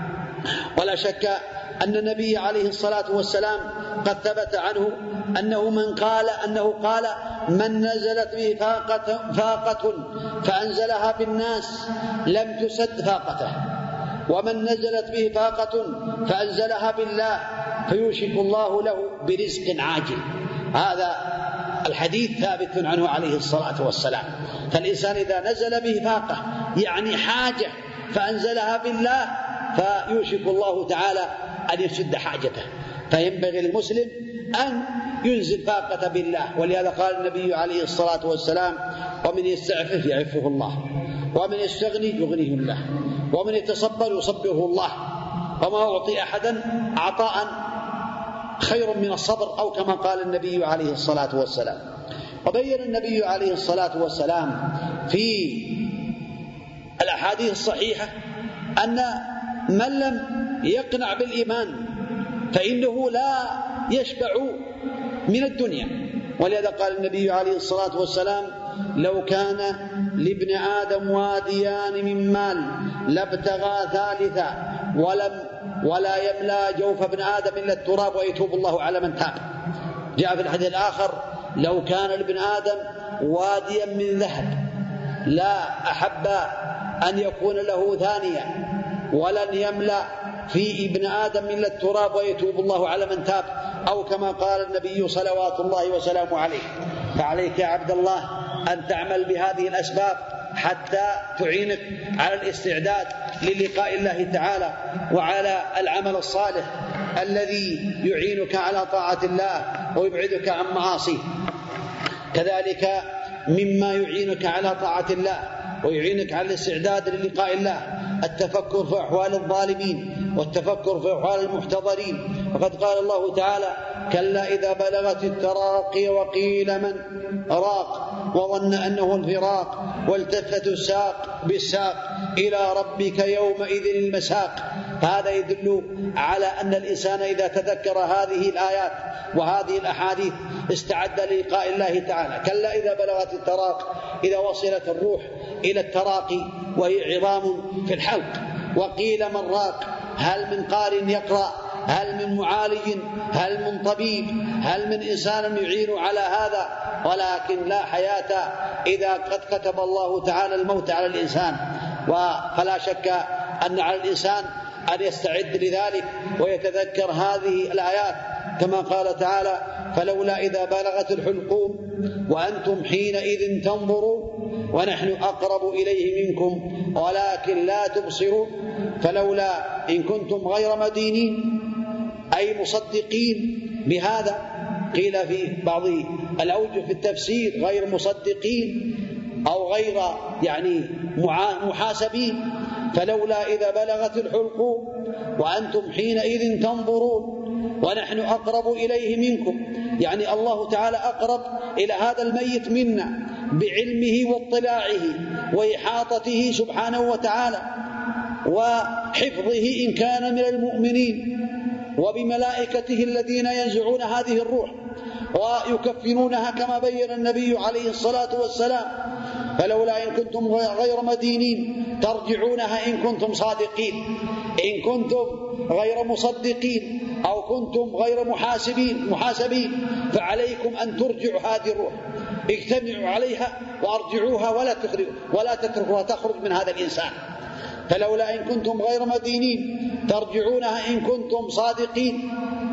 ولا شك أن النبي عليه الصلاة والسلام قد ثبت عنه أنه من قال أنه قال: من نزلت به فاقة, فاقة فأنزلها بالناس لم تسد فاقته، ومن نزلت به فاقة فأنزلها بالله فيوشك الله له برزق عاجل. هذا الحديث ثابت عنه عليه الصلاة والسلام. فالإنسان إذا نزل به فاقة يعني حاجة فأنزلها بالله فيوشك الله تعالى أن يسد حاجته. فينبغي للمسلم أن ينزل فاقة بالله. ولهذا قال النبي عليه الصلاة والسلام: ومن يستعفف يعفه الله، ومن يستغني يغنيه الله، ومن يتصبر يصبره الله، وما أعطي أحدا عطاء خير من الصبر، أو كما قال النبي عليه الصلاة والسلام. وبين النبي عليه الصلاة والسلام في الأحاديث الصحيحة أن من لم يقنع بالإيمان فإنه لا يشبع من الدنيا. ولهذا قال النبي عليه الصلاة والسلام: لو كان لابن آدم واديان من مال لابتغى ثالثا ولم ولا يملأ جوف ابن آدم إلا التراب ويتوب الله على من تاب. جاء في الحديث الآخر: لو كان لابن آدم واديا من ذهب لا أحب أن يكون له ثانيا ولن يملأ في ابن آدم إلا التراب ويتوب الله على من تاب، أو كما قال النبي صلوات الله وسلامه عليه. فعليك يا عبد الله أن تعمل بهذه الأسباب حتى تعينك على الاستعداد للقاء الله تعالى وعلى العمل الصالح الذي يعينك على طاعة الله ويبعدك عن معاصيه. كذلك مما يعينك على طاعة الله ويعينك على الاستعداد للقاء الله التفكر في أحوال الظالمين والتفكر في أحوال المحتضرين. وقد قال الله تعالى: كلا إذا بلغت التراقي وقيل من راق وظن أنه الفراق والتفت الساق بالساق إلى ربك يومئذ المساق. فهذا يدل على أن الإنسان إذا تذكر هذه الآيات وهذه الأحاديث استعد للقاء الله تعالى. كلا إذا بلغت التراق، إذا وصلت الروح إلى التراقي وهي عظام في الحلق. وقيل من راق، هل من قارئ يقرأ هل من معالج، هل من طبيب، هل من إنسان يعين على هذا؟ ولكن لا حياة إذا قد كتب الله تعالى الموت على الإنسان. فلا شك أن على الإنسان أن يستعد لذلك ويتذكر هذه الآيات كما قال تعالى: فلولا إذا بلغت الحلقوم وأنتم حينئذ تنظرون ونحن أقرب إليه منكم ولكن لا تبصرون. فلولا إن كنتم غير مدينين أي مصدقين بهذا. قيل في بعض الأوجه في التفسير غير مصدقين أو غير يعني محاسبين. فلولا إذا بلغت الحلقوم وأنتم حينئذ تنظرون ونحن أقرب إليه منكم، يعني الله تعالى أقرب إلى هذا الميت منا بعلمه واطلاعه وإحاطته سبحانه وتعالى وحفظه إن كان من المؤمنين، وبملائكته الذين ينزعون هذه الروح ويكفنونها كما بين النبي عليه الصلاة والسلام. فلولا إن كنتم غير مدينين ترجعونها إن كنتم صادقين، إن كنتم غير مصدقين أو كنتم غير محاسبين محاسبين فعليكم أن ترجعوا هذه الروح، اجتمعوا عليها وأرجعوها ولا تخرجوا ولا تتركوها تخرج من هذا الإنسان. فلولا إن كنتم غير مدينين ترجعونها إن كنتم صادقين.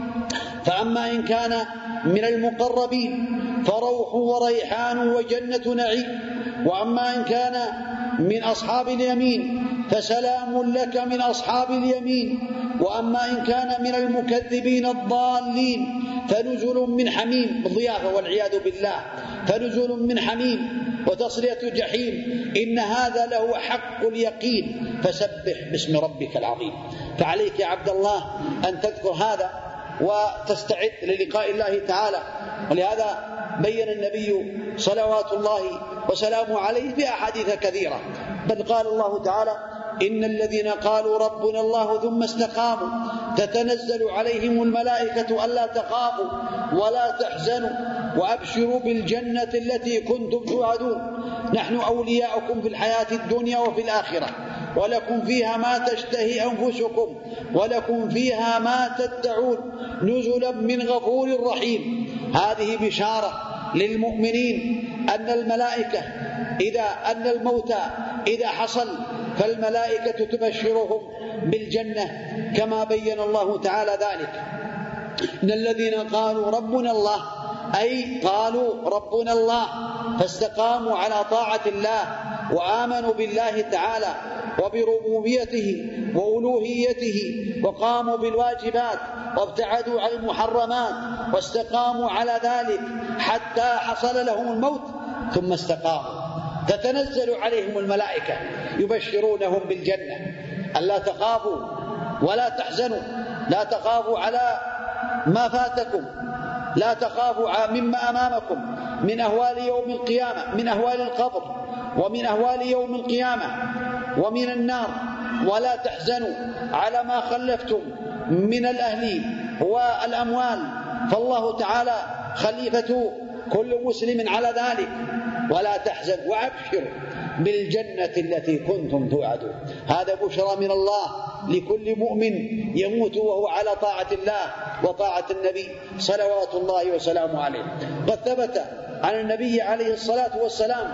فأما إن كان من المقربين فروح وريحان وجنة نعيم، وأما إن كان من أصحاب اليمين فسلام لك من أصحاب اليمين، وأما إن كان من المكذبين الضالين فنزل من حميم، الضيافة والعياذ بالله، فنزل من حميم وتصلية جحيم، إن هذا له حق اليقين، فسبح باسم ربك العظيم. فعليك يا عبد الله أن تذكر هذا وتستعد للقاء الله تعالى. ولهذا بين النبي صلوات الله وسلامه عليه في أحاديث كثيرة، بل قال الله تعالى: إن الذين قالوا ربنا الله ثم استقاموا تتنزل عليهم الملائكة ألا تخافوا ولا تحزنوا وأبشروا بالجنة التي كنتم توعدون، نحن أولياؤكم في الحياة الدنيا وفي الآخرة، ولكم فيها ما تشتهي أنفسكم ولكم فيها ما تدعون نزلا من غفور رحيم. هذه بشارة للمؤمنين أن الملائكة إذا أن الموت إذا حصل فالملائكة تبشرهم بالجنة كما بين الله تعالى ذلك. إن الذين قالوا ربنا الله أي قالوا ربنا الله فاستقاموا على طاعة الله وآمنوا بالله تعالى وبربوبيته وألوهيته وقاموا بالواجبات وابتعدوا عن المحرمات واستقاموا على ذلك حتى حصل لهم الموت ثم استقاموا تتنزل عليهم الملائكة يبشرونهم بالجنة ألا تخافوا ولا تحزنوا، لا تخافوا على ما فاتكم، لا تخافوا مما أمامكم من أهوال يوم القيامة، من أهوال القبر ومن أهوال يوم القيامة ومن النار، ولا تحزنوا على ما خلفتم من الأهل والأموال، فالله تعالى خليفة كل مسلم على ذلك. ولا تحزن وأبشر بالجنة التي كنتم توعدون. هذا بشرى من الله لكل مؤمن يموت وهو على طاعة الله وطاعة النبي صلوات الله وسلامه عليه. قد ثبت عن النبي عليه الصلاة والسلام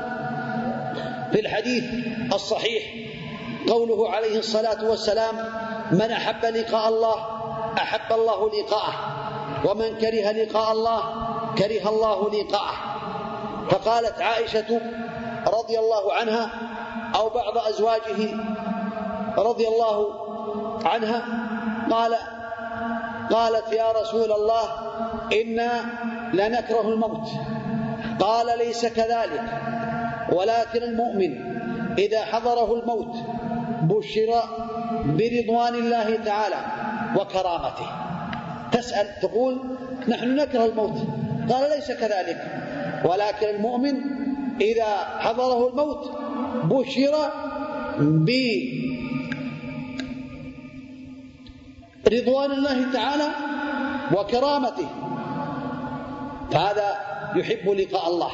في الحديث الصحيح قوله عليه الصلاة والسلام: من أحب لقاء الله أحب الله لقاءه، ومن كره لقاء الله كره الله لقاءه. فقالت عائشة رضي الله عنها أو بعض أزواجه رضي الله عنها قال قالت: يا رسول الله إنا لنكره الموت. قال: ليس كذلك، ولكن المؤمن إذا حضره الموت بشر برضوان الله تعالى وكرامته. تسأل تقول: نحن نكره الموت. قال: ليس كذلك، ولكن المؤمن إذا حضره الموت بشر برضوان الله تعالى وكرامته، فهذا يحب لقاء الله،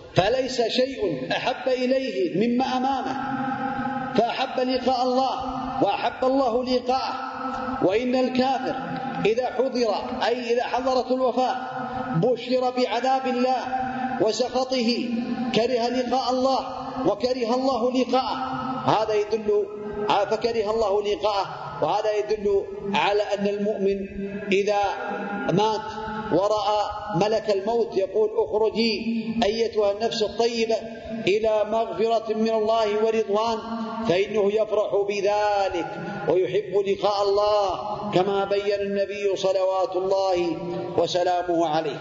فليس شيء أحب إليه مما أمامه، فأحب لقاء الله وأحب الله لقاءه. وإن الكافر إذا حضر أي إذا حضرت الوفاة بشر بعذاب الله وسخطه، كره لقاء الله وكره الله لقاءه، هذا يدل فكره الله لقاءه، وهذا يدل على أن المؤمن إذا مات ورأى ملك الموت يقول اخرجي أيتها النفس الطيبة إلى مغفرة من الله ورضوان، فإنه يفرح بذلك ويحب لقاء الله كما بين النبي صلوات الله وسلامه عليه.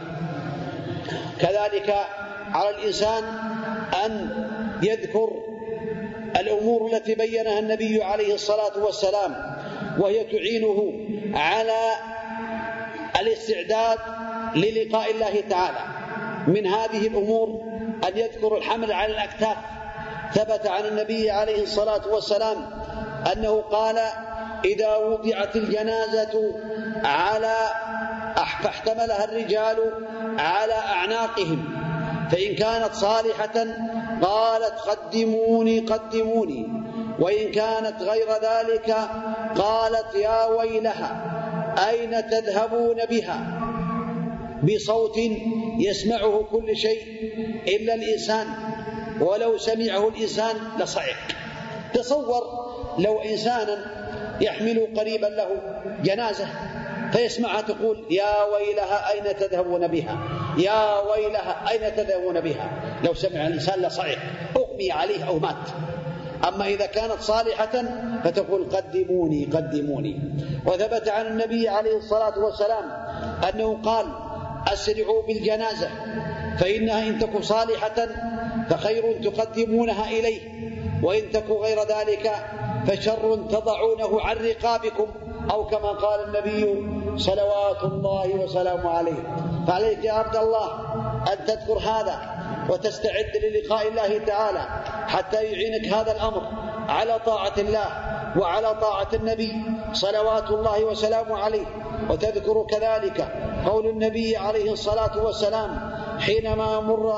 كذلك على الإنسان أن يذكر الأمور التي بينها النبي عليه الصلاة والسلام وهي تعينه على الاستعداد للقاء الله تعالى. من هذه الأمور أن يذكر الحمل على الأكتاف. ثبت عن النبي عليه الصلاة والسلام أنه قال إذا وضعت الجنازة على فاحتملها الرجال على أعناقهم فإن كانت صالحة قالت قدموني قدموني، وإن كانت غير ذلك قالت يا ويلها أين تذهبون بها، بصوت يسمعه كل شيء إلا الإنسان، ولو سمعه الإنسان لصعق. تصور لو إنسانا يحمل قريبا له جنازة فيسمعها تقول يا ويلها أين تذهبون بها، يا ويلها أين تذهبون بها، لو سمع الإنسان لصعق أغمي عليه أو مات. أما إذا كانت صالحة فتقول قدموني قدموني. وثبت عن النبي عليه الصلاة والسلام أنه قال أسرعوا بالجنازة فإنها إن تكن صالحة فخير تقدمونها إليه، وإن تكن غير ذلك فشر تضعونه عن رقابكم، أو كما قال النبي صلوات الله وسلامه عليه. فعليك يا عبد الله أن تذكر هذا وتستعد للقاء الله تعالى حتى يعينك هذا الأمر على طاعة الله وعلى طاعة النبي صلوات الله وسلامه عليه. وتذكر كذلك قول النبي عليه الصلاة والسلام حينما مر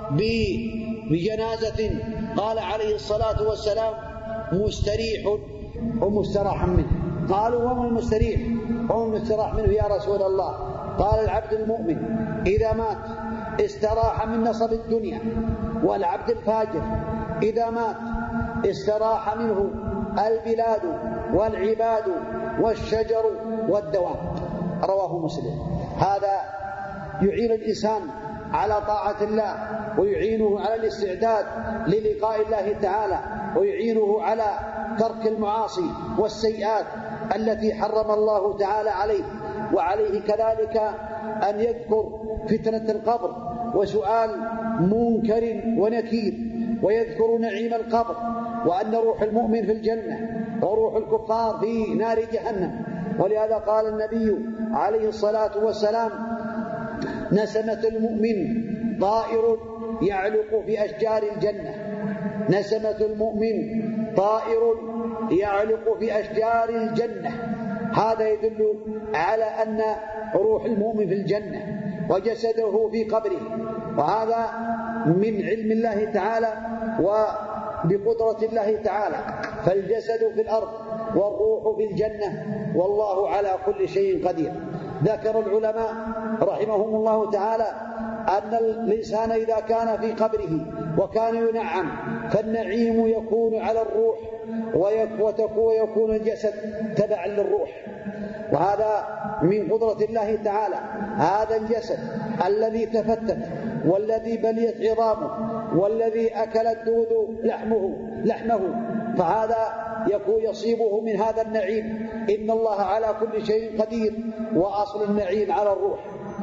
بجنازة قال عليه الصلاة والسلام مستريح ومستراح منه. قالوا وما المستريح وما المستراح منه يا رسول الله؟ قال العبد المؤمن إذا مات استراح من نصب الدنيا، والعبد الفاجر إذا مات استراح منه البلاد والعباد والشجر والدواب. رواه مسلم. هذا يعين الإنسان على طاعة الله ويعينه على الاستعداد للقاء الله تعالى، ويعينه على ترك المعاصي والسيئات التي حرم الله تعالى عليه. وعليه كذلك أن يذكر فتنة القبر وسؤال منكر ونكير، ويذكر نعيم القبر وأن روح المؤمن في الجنة وروح الكفار في نار جهنم. ولهذا قال النبي عليه الصلاة والسلام نسمة المؤمن طائر يعلق في أشجار الجنة، نسمة المؤمن طائر يعلق في أشجار الجنة. هذا يدل على أن روح المؤمن في الجنة وجسده في قبره، وهذا من علم الله تعالى وبقدرة الله تعالى. فالجسد في الأرض والروح في الجنة والله على كل شيء قدير. ذكر العلماء رحمهم الله تعالى أن الإنسان إذا كان في قبره وكان ينعم فالنعيم يكون على الروح ويكون الجسد تبعا للروح، وهذا من قدرة الله تعالى. هذا الجسد الذي تفتت والذي بليت عظامه والذي أكل الدود لحمه لحمه فهذا يكون يصيبه من هذا النعيم. إن الله على كل شيء قدير، وأصل النعيم على الروح.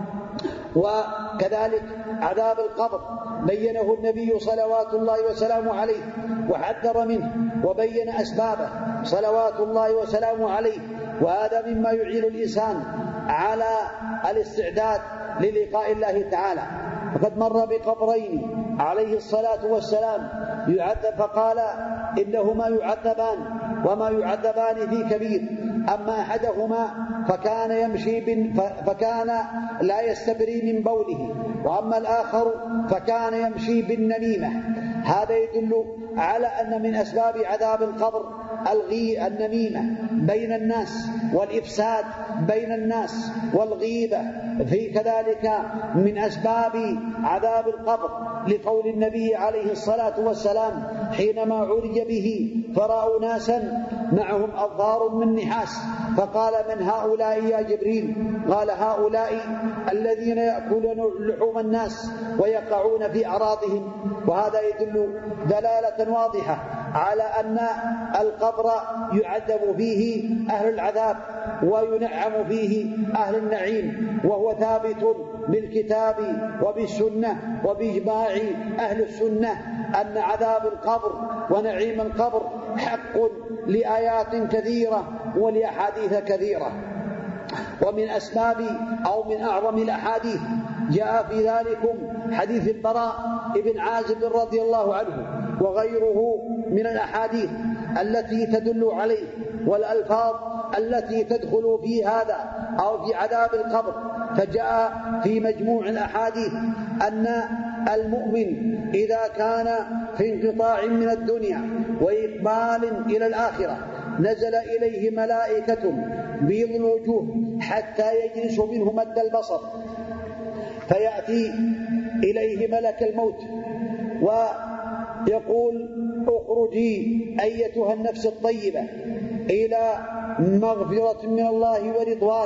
وكذلك عذاب القبر بينه النبي صلوات الله وسلامه عليه وحذر منه وبين أسبابه صلوات الله وسلامه عليه، وهذا مما يعين الإنسان على الاستعداد للقاء الله تعالى. فقد مر بقبرين عليه الصلاة والسلام يعذب فقال إنهما يعذبان وما يعذبان في كبير، أما أحدهما فكان يمشي فكان لا يستبري من بوله، وأما الآخر فكان يمشي بالنميمة. هذا يدل على أن من أسباب عذاب القبر الغي النميمة بين الناس والإفساد بين الناس والغيبة في كذلك من أسباب عذاب القبر، لقول النبي عليه الصلاة والسلام حينما عرج به فرأوا ناسا معهم أظفار من نحاس، فقال من هؤلاء يا جبريل؟ قال هؤلاء الذين يأكلون لحوم الناس ويقعون في أعراضهم. وهذا يدل دلالة واضحة على أن القبر يعذب فيه أهل العذاب وينعم فيه أهل النعيم، وهو ثابت بالكتاب وبالسنة وبإجماع أهل السنة أن عذاب القبر ونعيم القبر حق لآيات كثيرة ولأحاديث كثيرة. ومن أسباب أو من أعظم الأحاديث جاء في ذلكم حديث البراء بن عازب رضي الله عنه وغيره من الأحاديث التي تدل عليه والألفاظ التي تدخل في هذا أو في عذاب القبر. فجاء في مجموع الأحاديث أن المؤمن إذا كان في انقطاع من الدنيا وإقبال إلى الآخرة نزل إليه ملائكة بيض الوجوه حتى يجلس منه مد البصر، فيأتي إليه ملك الموت ويقول اخرجي أيتها النفس الطيبة إلى مغفرة من الله ورضوان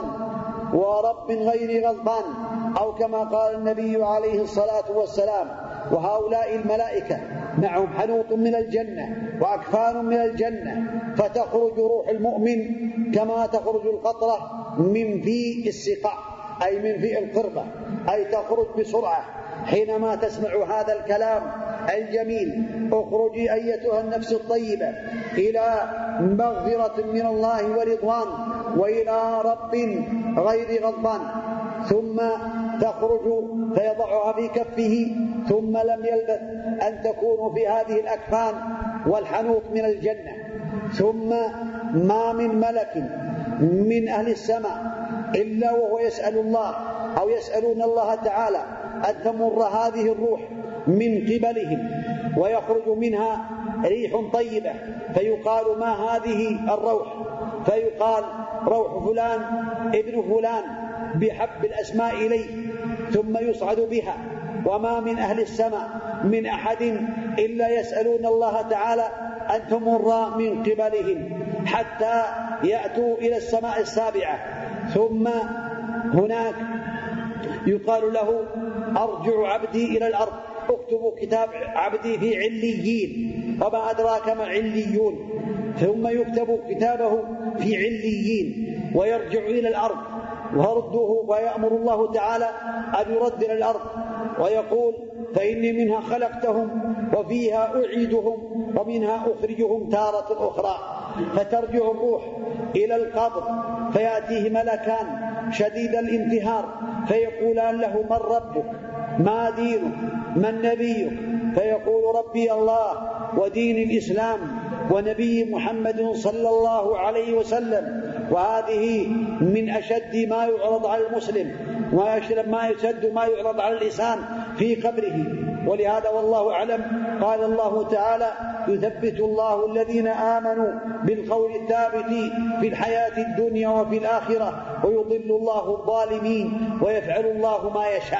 ورب غير غضبان، أو كما قال النبي عليه الصلاة والسلام. وهؤلاء الملائكة معهم حنوط من الجنة وأكفان من الجنة، فتخرج روح المؤمن كما تخرج القطرة من في السقاء أي من في القربة، أي تخرج بسرعة حينما تسمع هذا الكلام الجميل: اخرجي أيتها النفس الطيبة إلى مغفرة من الله ورضوان وإلى رب غير غضبان. ثم تخرج فيضعها في كفه، ثم لم يلبث أن تكون في هذه الأكفان والحنوط من الجنة. ثم ما من ملك من أهل السماء إلا وهو يسأل الله أو يسألون الله تعالى أن تمر هذه الروح من قبلهم، ويخرج منها ريح طيبة، فيقال ما هذه الروح؟ فيقال روح فلان ابن فلان بحب الأسماء إليه، ثم يصعد بها. وما من أهل السماء من أحد إلا يسألون الله تعالى أن تمر من قبلهم حتى يأتوا إلى السماء السابعة. ثم هناك يقال له أرجع عبدي إلى الأرض، اكتبوا كتاب عبدي في عليين، وما أدراك ما عليون. ثم يكتب كتابه في عليين ويرجع إلى الأرض وردوه، ويأمر الله تعالى أن يرد إلى الأرض ويقول: فإني منها خلقتهم وفيها أعيدهم ومنها أخرجهم تارة أخرى. فترجع الروح إلى القبر، فيأتيه ملكان شديد الانتهار فيقولان له: من ربك؟ ما دينك؟ من نبيك؟ فيقول: ربي الله ودين الإسلام ونبي محمد صلى الله عليه وسلم. وهذه من أشد ما يعرض على المسلم وأشد ما يشد ما يعرض على الإنسان في قبره. ولهذا والله أعلم قال الله تعالى: يثبت الله الذين آمنوا بالقول الثابت في الحياة الدنيا وفي الآخرة ويضل الله الظالمين ويفعل الله ما يشاء.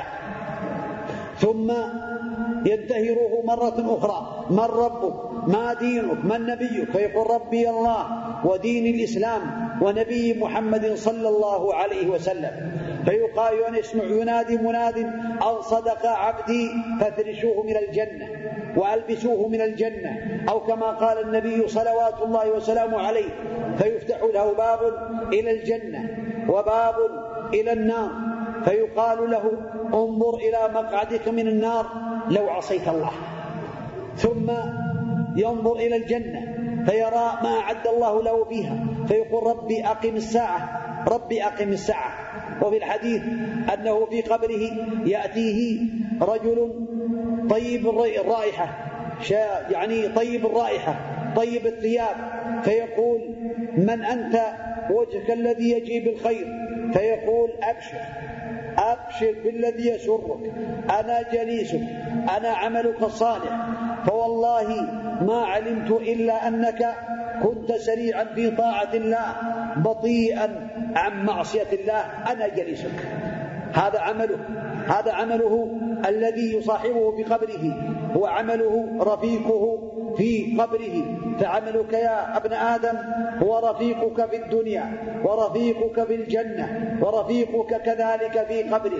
ثم ينتهره مرة أخرى: من ربك؟ ما دينك؟ من نبيك؟ فيقول: ربي الله ودين الإسلام ونبي محمد صلى الله عليه وسلم. فيقال أن يسمع ينادي مناد: أن صدق عبدي فافرشوه من الجنة وألبسوه من الجنة، أو كما قال النبي صلوات الله وسلامه عليه. فيفتح له باب إلى الجنة وباب إلى النار، فيقال له: انظر إلى مقعدك من النار لو عصيت الله. ثم ينظر إلى الجنة فيرى ما أعد الله له فيها، فيقول: ربي أقم الساعة، ربي أقم الساعة. وفي الحديث أنه في قبره يأتيه رجل طيب الرائحة، يعني طيب الرائحة طيب الثياب، فيقول: من أنت؟ وجهك الذي يجي بالخير. فيقول: أبشر أبشر بالذي يسرك، أنا جليسك، أنا عملك الصالح، فوالله ما علمت إلا أنك كنت سريعا في طاعة الله بطيئا عن معصية الله أنا جليسك. هذا عمله هذا عمله الذي يصاحبه في قبره، هو عمله رفيقه في قبره. فعملك يا ابن آدم هو رفيقك في الدنيا ورفيقك في الجنة ورفيقك كذلك في قبرك.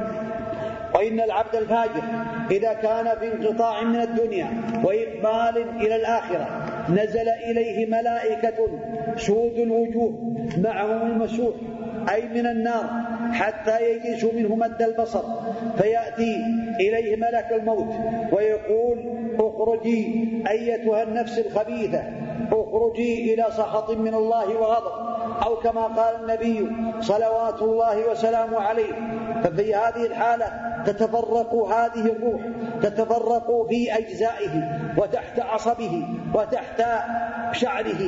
وإن العبد الفاجر إذا كان في انقطاع من الدنيا وإقبال إلى الآخرة نزل إليه ملائكة سود الوجوه معهم المسوح أي من النار حتى يجلس منه مد البصر، فيأتي إليه ملك الموت ويقول اخرجي أيتها النفس الخبيثة، اخرجي إلى سخط من الله وغضب، أو كما قال النبي صلوات الله وسلامه عليه. ففي هذه الحالة تتفرق هذه الروح، تتفرق في أجزائه وتحت عصبه وتحت شعره،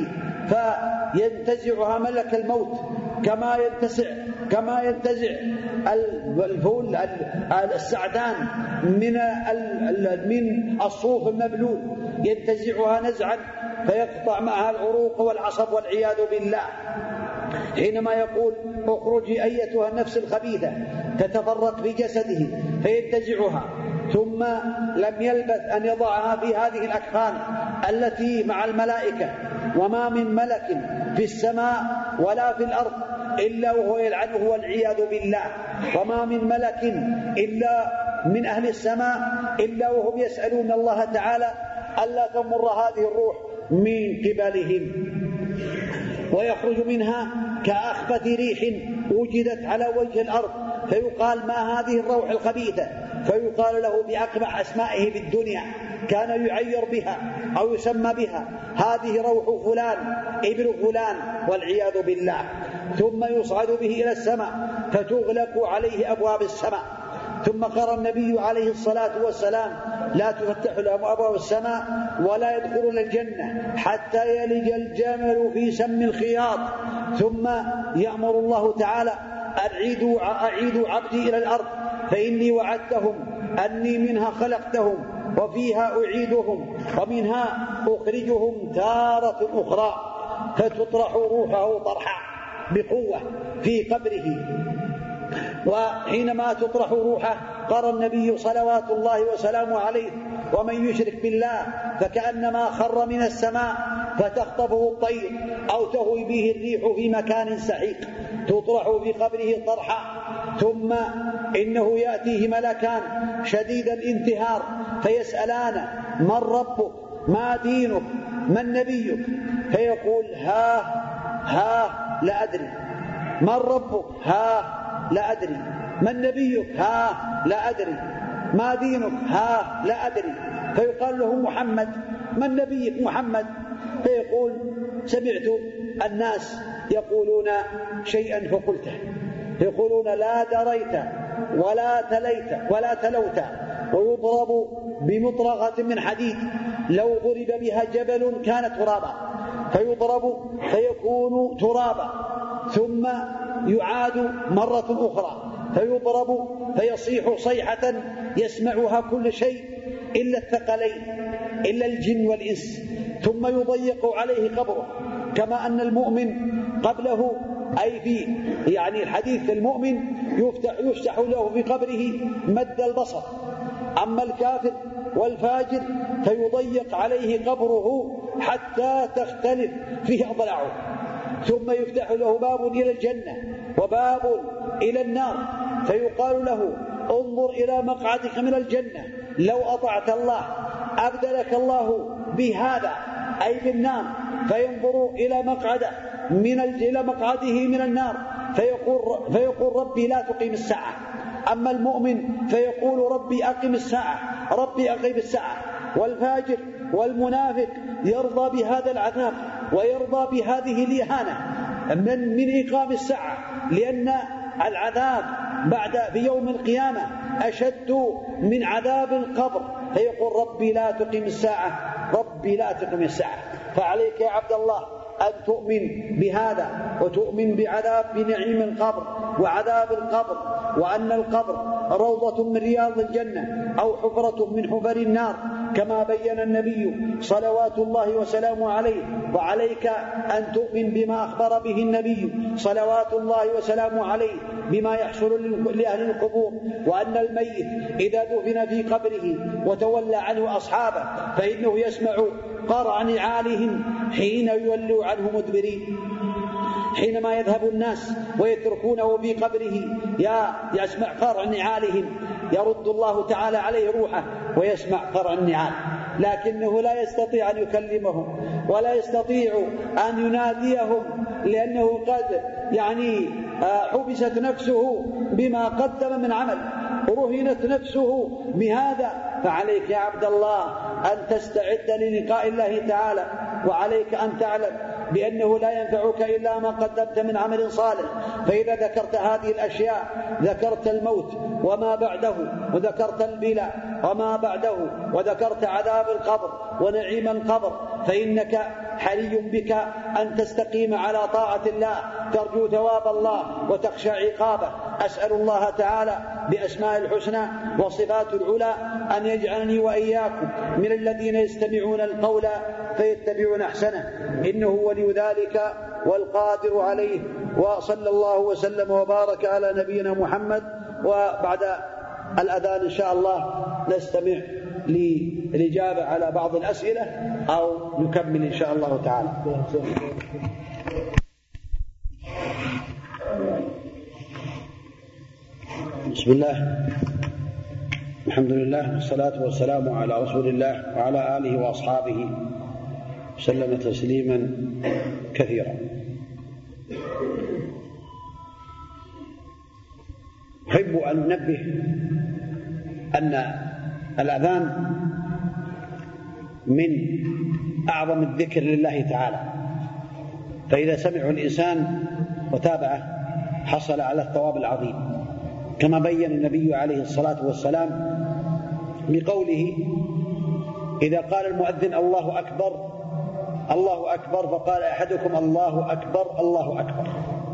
فينتزعها ملك الموت كما ينتزع كما ينتزع الفول السعدان من من الصوف المبلول، ينتزعها نزعا فيقطع معها العروق والعصب والعياذ بالله. حينما يقول اخرجي أيتها النفس الخبيثة تتفرق في جسده فينتزعها، ثم لم يلبث أن يضعها في هذه الأكفان التي مع الملائكة. وما من ملك في السماء ولا في الأرض إلا وهو يلعنه والعياذ بالله، وما من ملك إلا من أهل السماء إلا وهم يسألون الله تعالى ألا تمر هذه الروح من قبلهم، ويخرج منها كأخبث ريح وجدت على وجه الأرض، فيقال ما هذه الروح الخبيثة؟ فيقال له بأقبح أسمائه في الدنيا كان يعير بها أو يسمى بها، هذه روح فلان ابن فلان والعياذ بالله. ثم يصعد به إلى السماء فتغلق عليه أبواب السماء. ثم قال النبي عليه الصلاة والسلام لا تفتح لهم أبواب السماء ولا يدخلون الجنة حتى يلج الجمل في سم الخياط. ثم يأمر الله تعالى أعيدوا أعيدوا عبدي إلى الأرض فإني وعدتهم أني منها خلقتهم وفيها أعيدهم ومنها أخرجهم تارة أخرى، فتطرح روحه طرحا بقوة في قبره. وحينما تطرح روحه قال النبي صلوات الله وسلامه عليه ومن يشرك بالله فكأنما خر من السماء فتخطفه الطير أو تهوي به الريح في مكان سحيق. تطرح في قبره طرحا، ثم إنه يأتيه ملكان شديد الانتهار فيسألان من ربك ما دينك من نبيك؟ فيقول ها ها لا أدري. من ربك؟ ها لا أدري. من نبيك؟ ها لا أدري. ما دينك؟ ها لا أدري. فيقال له محمد. من نبيك؟ محمد. فيقول سمعت الناس يقولون شيئا فقلته، يقولون لا دريت ولا تليت ولا تلوت، ويضرب بمطرقة من حديد لو ضرب بها جبل كانت ترابا، فيضرب فيكون ترابا، ثم يعاد مرة أخرى فيضرب فيصيح صيحة يسمعها كل شيء إلا الثقلين إلا الجن والإنس، ثم يضيق عليه قبره. كما أن المؤمن قبله أي في يعني الحديث المؤمن يفتح, يفتح له في قبره مد البصر، أما الكافر والفاجر فيضيق عليه قبره حتى تختلف فيه أضلاعه، ثم يفتح له باب إلى الجنة وباب إلى النار، فيقال له انظر إلى مقعدك من الجنة لو أطعت الله أبدلك الله بهذا أي بالنار، فينظر إلى مقعده من إلى مقعده من النار فيقول, فيقول ربي لا تقيم الساعة. أما المؤمن فيقول ربي أقم الساعة ربي أقيم الساعة. والفاجر والمنافق يرضى بهذا العذاب ويرضى بهذه الإهانة من, من إقام الساعة، لأن العذاب بعد في يوم القيامة أشد من عذاب القبر، فيقول ربي لا تقيم الساعة ربي لا تقيم الساعة. فعليك يا عبد الله أن تؤمن بهذا وتؤمن بعذاب بنعيم القبر وعذاب القبر، وأن القبر روضة من رياض الجنة أو حفرة من حفر النار، كما بين النبي صلوات الله وسلامه عليه. وعليك أن تؤمن بما أخبر به النبي صلوات الله وسلامه عليه بما يحصل لأهل القبور، وأن الميت إذا دفن في قبره وتولى عنه أصحابه فإنه يسمع قرع نعالهم حين يولوا عنه مدبرين. حينما يذهب الناس ويتركونه في قبره يا يسمع قرع نعالهم، يرد الله تعالى عليه روحه ويسمع قرع النعال، لكنه لا يستطيع أن يكلمهم ولا يستطيع أن يناديهم، لأنه قد يعني حبست نفسه بما قدم من عمل، رهنت نفسه بهذا. فعليك يا عبد الله أن تستعد للقاء الله تعالى، وعليك أن تعلم بأنه لا ينفعك إلا ما قدمت من عمل صالح. فإذا ذكرت هذه الأشياء ذكرت الموت وما بعده، وذكرت البلاء وما بعده، وذكرت عذاب القبر ونعيم القبر، فإنك حري بك أن تستقيم على طاعة الله، ترجو ثواب الله وتخشى عقابه. أسأل الله تعالى بأسماء الحسنى وصفات العلى أن يجعلني وإياكم من الذين يستمعون القول فيتبعون أحسنه، إنه ولي ذلك والقادر عليه. وصلى الله وسلم وبارك على نبينا محمد. وبعد الأذان إن شاء الله نستمع للإجابة على بعض الأسئلة أو نكمل إن شاء الله تعالى. بسم الله، الحمد لله، والصلاة والسلام على رسول الله وعلى آله وأصحابه وسلم تسليما كثيرا. أحب أن ننبه أن الأذان من أعظم الذكر لله تعالى، فإذا سمعه الإنسان وتابعه حصل على الثواب العظيم، كما بين النبي عليه الصلاة والسلام بقوله: إذا قال المؤذن الله أكبر الله أكبر فقال أحدكم الله أكبر الله أكبر،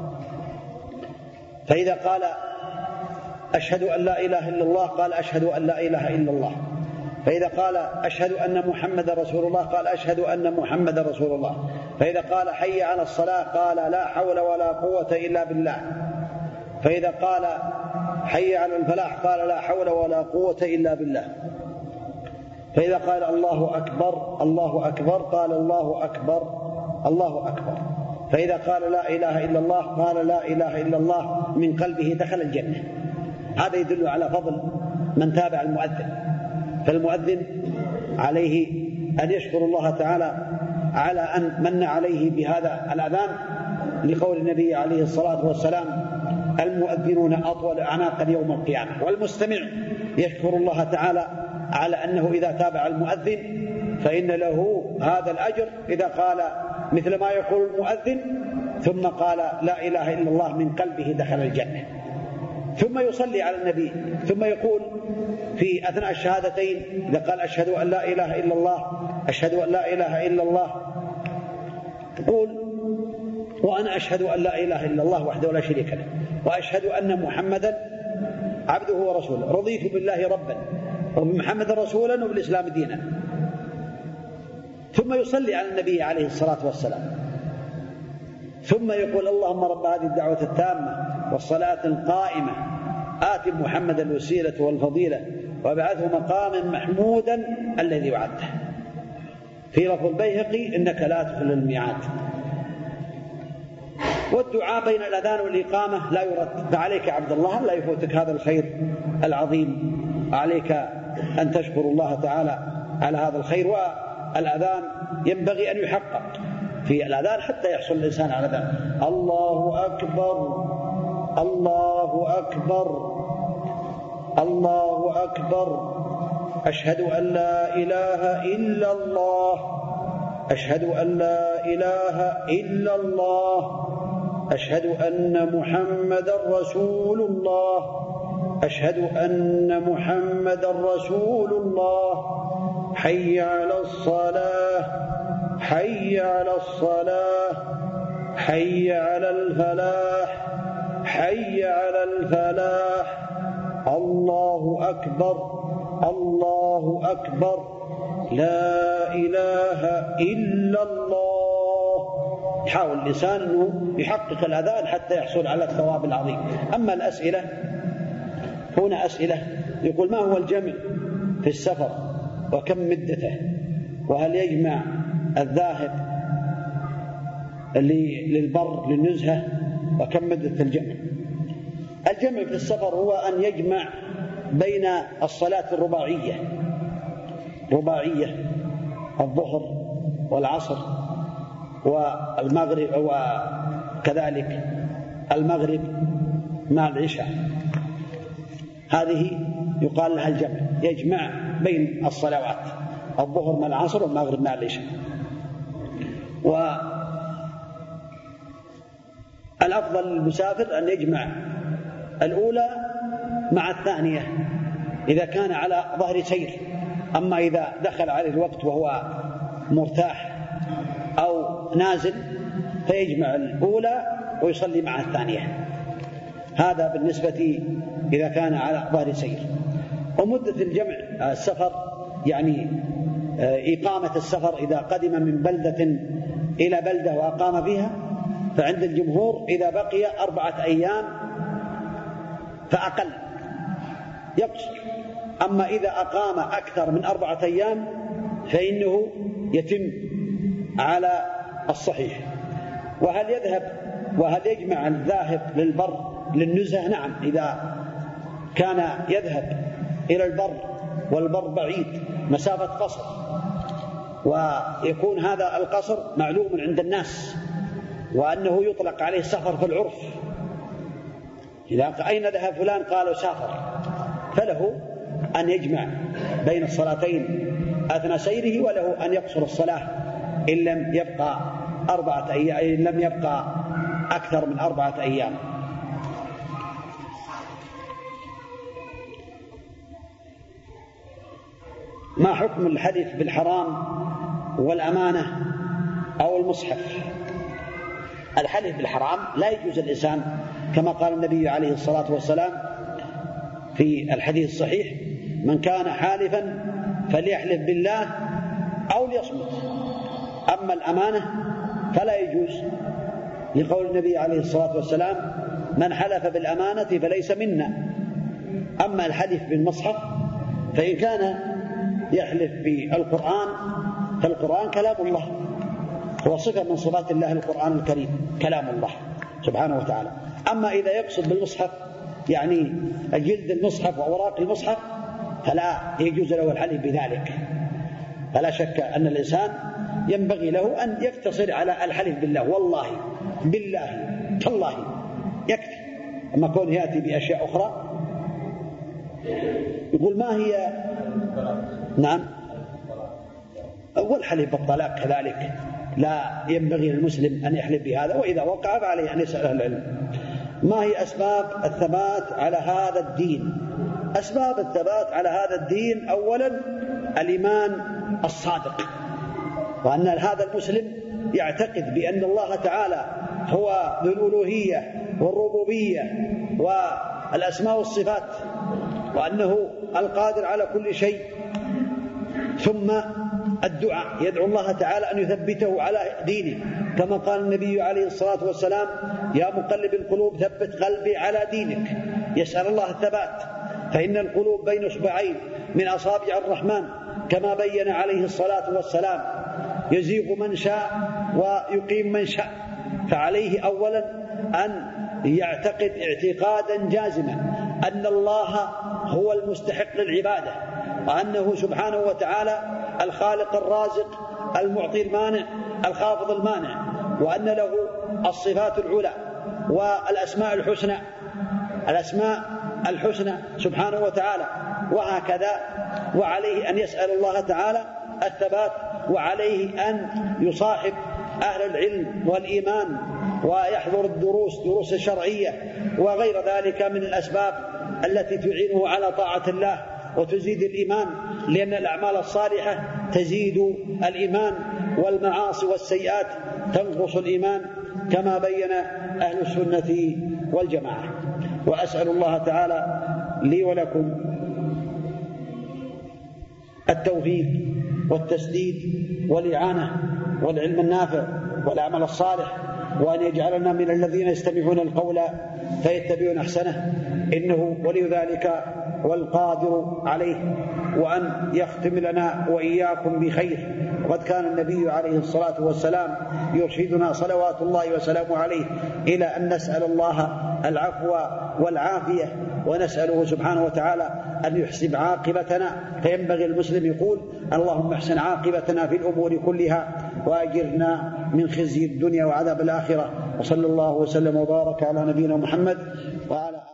فإذا قال أشهد أن لا إله إلا الله قال أشهد أن لا إله إلا الله، فإذا قال أشهد أن محمد رسول الله قال أشهد أن محمد رسول الله، فإذا قال حي على الصلاة قال لا حول ولا قوة إلا بالله، فإذا قال حي على الفلاح قال لا حول ولا قوة إلا بالله، فإذا قال الله أكبر الله أكبر قال الله أكبر الله أكبر، فإذا قال لا إله إلا الله قال لا إله إلا الله، من قلبه دخل الجنة. هذا يدل على فضل من تابع المؤذن. فالمؤذن عليه أن يشكر الله تعالى على أن من عليه بهذا الأذان، لقول النبي عليه الصلاة والسلام: المؤذنون أطول أعناقا يوم القيامة. والمستمع يشكر الله تعالى على أنه إذا تابع المؤذن فإن له هذا الأجر إذا قال مثل ما يقول المؤذن ثم قال لا إله إلا الله، من قلبه دخل الجنة. ثم يصلي على النبي، ثم يقول في أثناء الشهادتين إذا قال أشهد أن لا إله إلا الله أشهد أن لا إله إلا الله، تقول: وأنا أشهد أن لا إله إلا الله وحده لا شريك له، وأشهد أن محمدا عبده ورسوله، رضيت بالله ربا وبمحمد رسولا وبالإسلام دينا. ثم يصلي على النبي عليه الصلاة والسلام، ثم يقول: اللهم رب هذه الدعوة التامة والصلاة القائمة آت محمد الوسيلة والفضيلة وابعثه مقاما محمودا الذي وعدته. في لفظ البيهقي: إنك لا تخلف الميعاد. والدعاء بين الأذان والإقامة لا يرد. فعليك عبد الله لا يفوتك هذا الخير العظيم، عليك أن تشكر الله تعالى على هذا الخير. والأذان ينبغي أن يحقق في الأذان حتى يحصل الإنسان على ذلك. الله أكبر الله أكبر الله أكبر، أشهد أن لا إله إلا الله أشهد أن لا إله إلا الله أشهد أن محمدا رسول الله أشهد أن محمدا رسول الله حي على الصلاة حي على الصلاة حي على الفلاح حي على الفلاح الله أكبر الله أكبر لا إله إلا الله، يحاول الإنسان أنه يحقق الأذان حتى يحصل على الثواب العظيم. أما الأسئلة هنا أسئلة يقول: ما هو الجمع في السفر وكم مدته؟ وهل يجمع الذاهب للبر للنزهة؟ وكم مدة الجمع؟ الجمع في السفر هو أن يجمع بين الصلاة الرباعية رباعية الظهر والعصر والمغرب، وكذلك المغرب مع العشاء، هذه يقال لها الجمع، يجمع بين الصلوات الظهر مع العصر والمغرب مع العشاء. والأفضل للمسافر أن يجمع الأولى مع الثانية إذا كان على ظهر سير. أما إذا دخل عليه الوقت وهو مرتاح أو نازل فيجمع الأولى ويصلي مع الثانية. هذا بالنسبة إذا كان على ظهر سير. ومدة الجمع السفر يعني إقامة السفر إذا قدم من بلدة إلى بلدة وأقام فيها، فعند الجمهور إذا بقي أربعة أيام فأقل يقصر. أما إذا أقام أكثر من أربعة أيام فإنه يتم على الصحيح. وهل يذهب وهل يجمع الذاهب للبر للنزهة؟ نعم، إذا كان يذهب إلى البر والبر بعيد مسافة قصر، ويكون هذا القصر معلوم عند الناس وأنه يطلق عليه سفر في العرف، إذا أين ذهب فلان قالوا سافر، فله أن يجمع بين الصلاتين أثناء سيره، وله أن يقصر الصلاة إن لم يبقى أربعة أيام إن لم يبقى أكثر من أربعة أيام. ما حكم الحلف بالحرام والأمانة أو المصحف؟ الحلف بالحرام لا يجوز الإنسان، كما قال النبي عليه الصلاة والسلام في الحديث الصحيح: من كان حالفا فليحلف بالله أو ليصمت. أما الأمانة فلا يجوز، لقول النبي عليه الصلاة والسلام: من حلف بالأمانة فليس منا. أما الحلف بالمصحف فإن كان يحلف بالقرآن فالقرآن كلام الله، هو صفة من صفات الله القرآن الكريم، كلام الله سبحانه وتعالى. أما إذا يقصد بالمصحف يعني جلد المصحف وأوراق المصحف فلا يجوز له الحلف بذلك. فلا شك أن الإنسان ينبغي له أن يقتصر على الحلف بالله، والله بالله تالله يكفي. أما كون يأتي بأشياء أخرى يقول ما هي؟ نعم، أول حلف بالطلاق كذلك لا ينبغي للمسلم أن يحلف بهذا، وإذا وقع فعليه أن يسأل أهل العلم. ما هي أسباب الثبات على هذا الدين؟ أسباب الثبات على هذا الدين: أولا الإيمان الصادق، وأن هذا المسلم يعتقد بأن الله تعالى هو ذو الألوهية والربوبية والأسماء والصفات، وأنه القادر على كل شيء. ثم الدعاء، يدعو الله تعالى أن يثبته على دينه، كما قال النبي عليه الصلاة والسلام: يا مقلب القلوب ثبت قلبي على دينك. يسأل الله الثبات، فإن القلوب بين أصبعين من أصابع الرحمن، كما بين عليه الصلاة والسلام: يزيغ من شاء ويقيم من شاء. فعليه أولا أن يعتقد اعتقادا جازما أن الله هو المستحق للعبادة، وأنه سبحانه وتعالى الخالق الرازق المعطي المانع الخافض المانع، وأن له الصفات العلى والأسماء الحسنى الأسماء الحسنى سبحانه وتعالى. وهكذا وعليه أن يسأل الله تعالى الثبات، وعليه أن يصاحب أهل العلم والإيمان ويحضر الدروس دروس الشرعية وغير ذلك من الأسباب التي تعينه على طاعة الله وتزيد الإيمان، لأن الأعمال الصالحة تزيد الإيمان، والمعاصي والسيئات تنقص الإيمان، كما بين أهل السنة والجماعة. وأسأل الله تعالى لي ولكم التوفيق والتسديد والإعانة والعلم النافع والعمل الصالح، وأن يجعلنا من الذين يستمعون القول فيتبعون أحسنه، إنه ولي ذلك والقادر عليه، وأن يختم لنا وإياكم بخير. وقد كان النبي عليه الصلاة والسلام يرشدنا صلوات الله وسلامه عليه إلى أن نسأل الله العفو والعافية، ونسأله سبحانه وتعالى أن يحسن عاقبتنا. فينبغي المسلم يقول: اللهم احسن عاقبتنا في الأمور كلها وأجرنا من خزي الدنيا وعذاب الآخرة. وصلى الله وسلم وبارك على نبينا محمد وعلى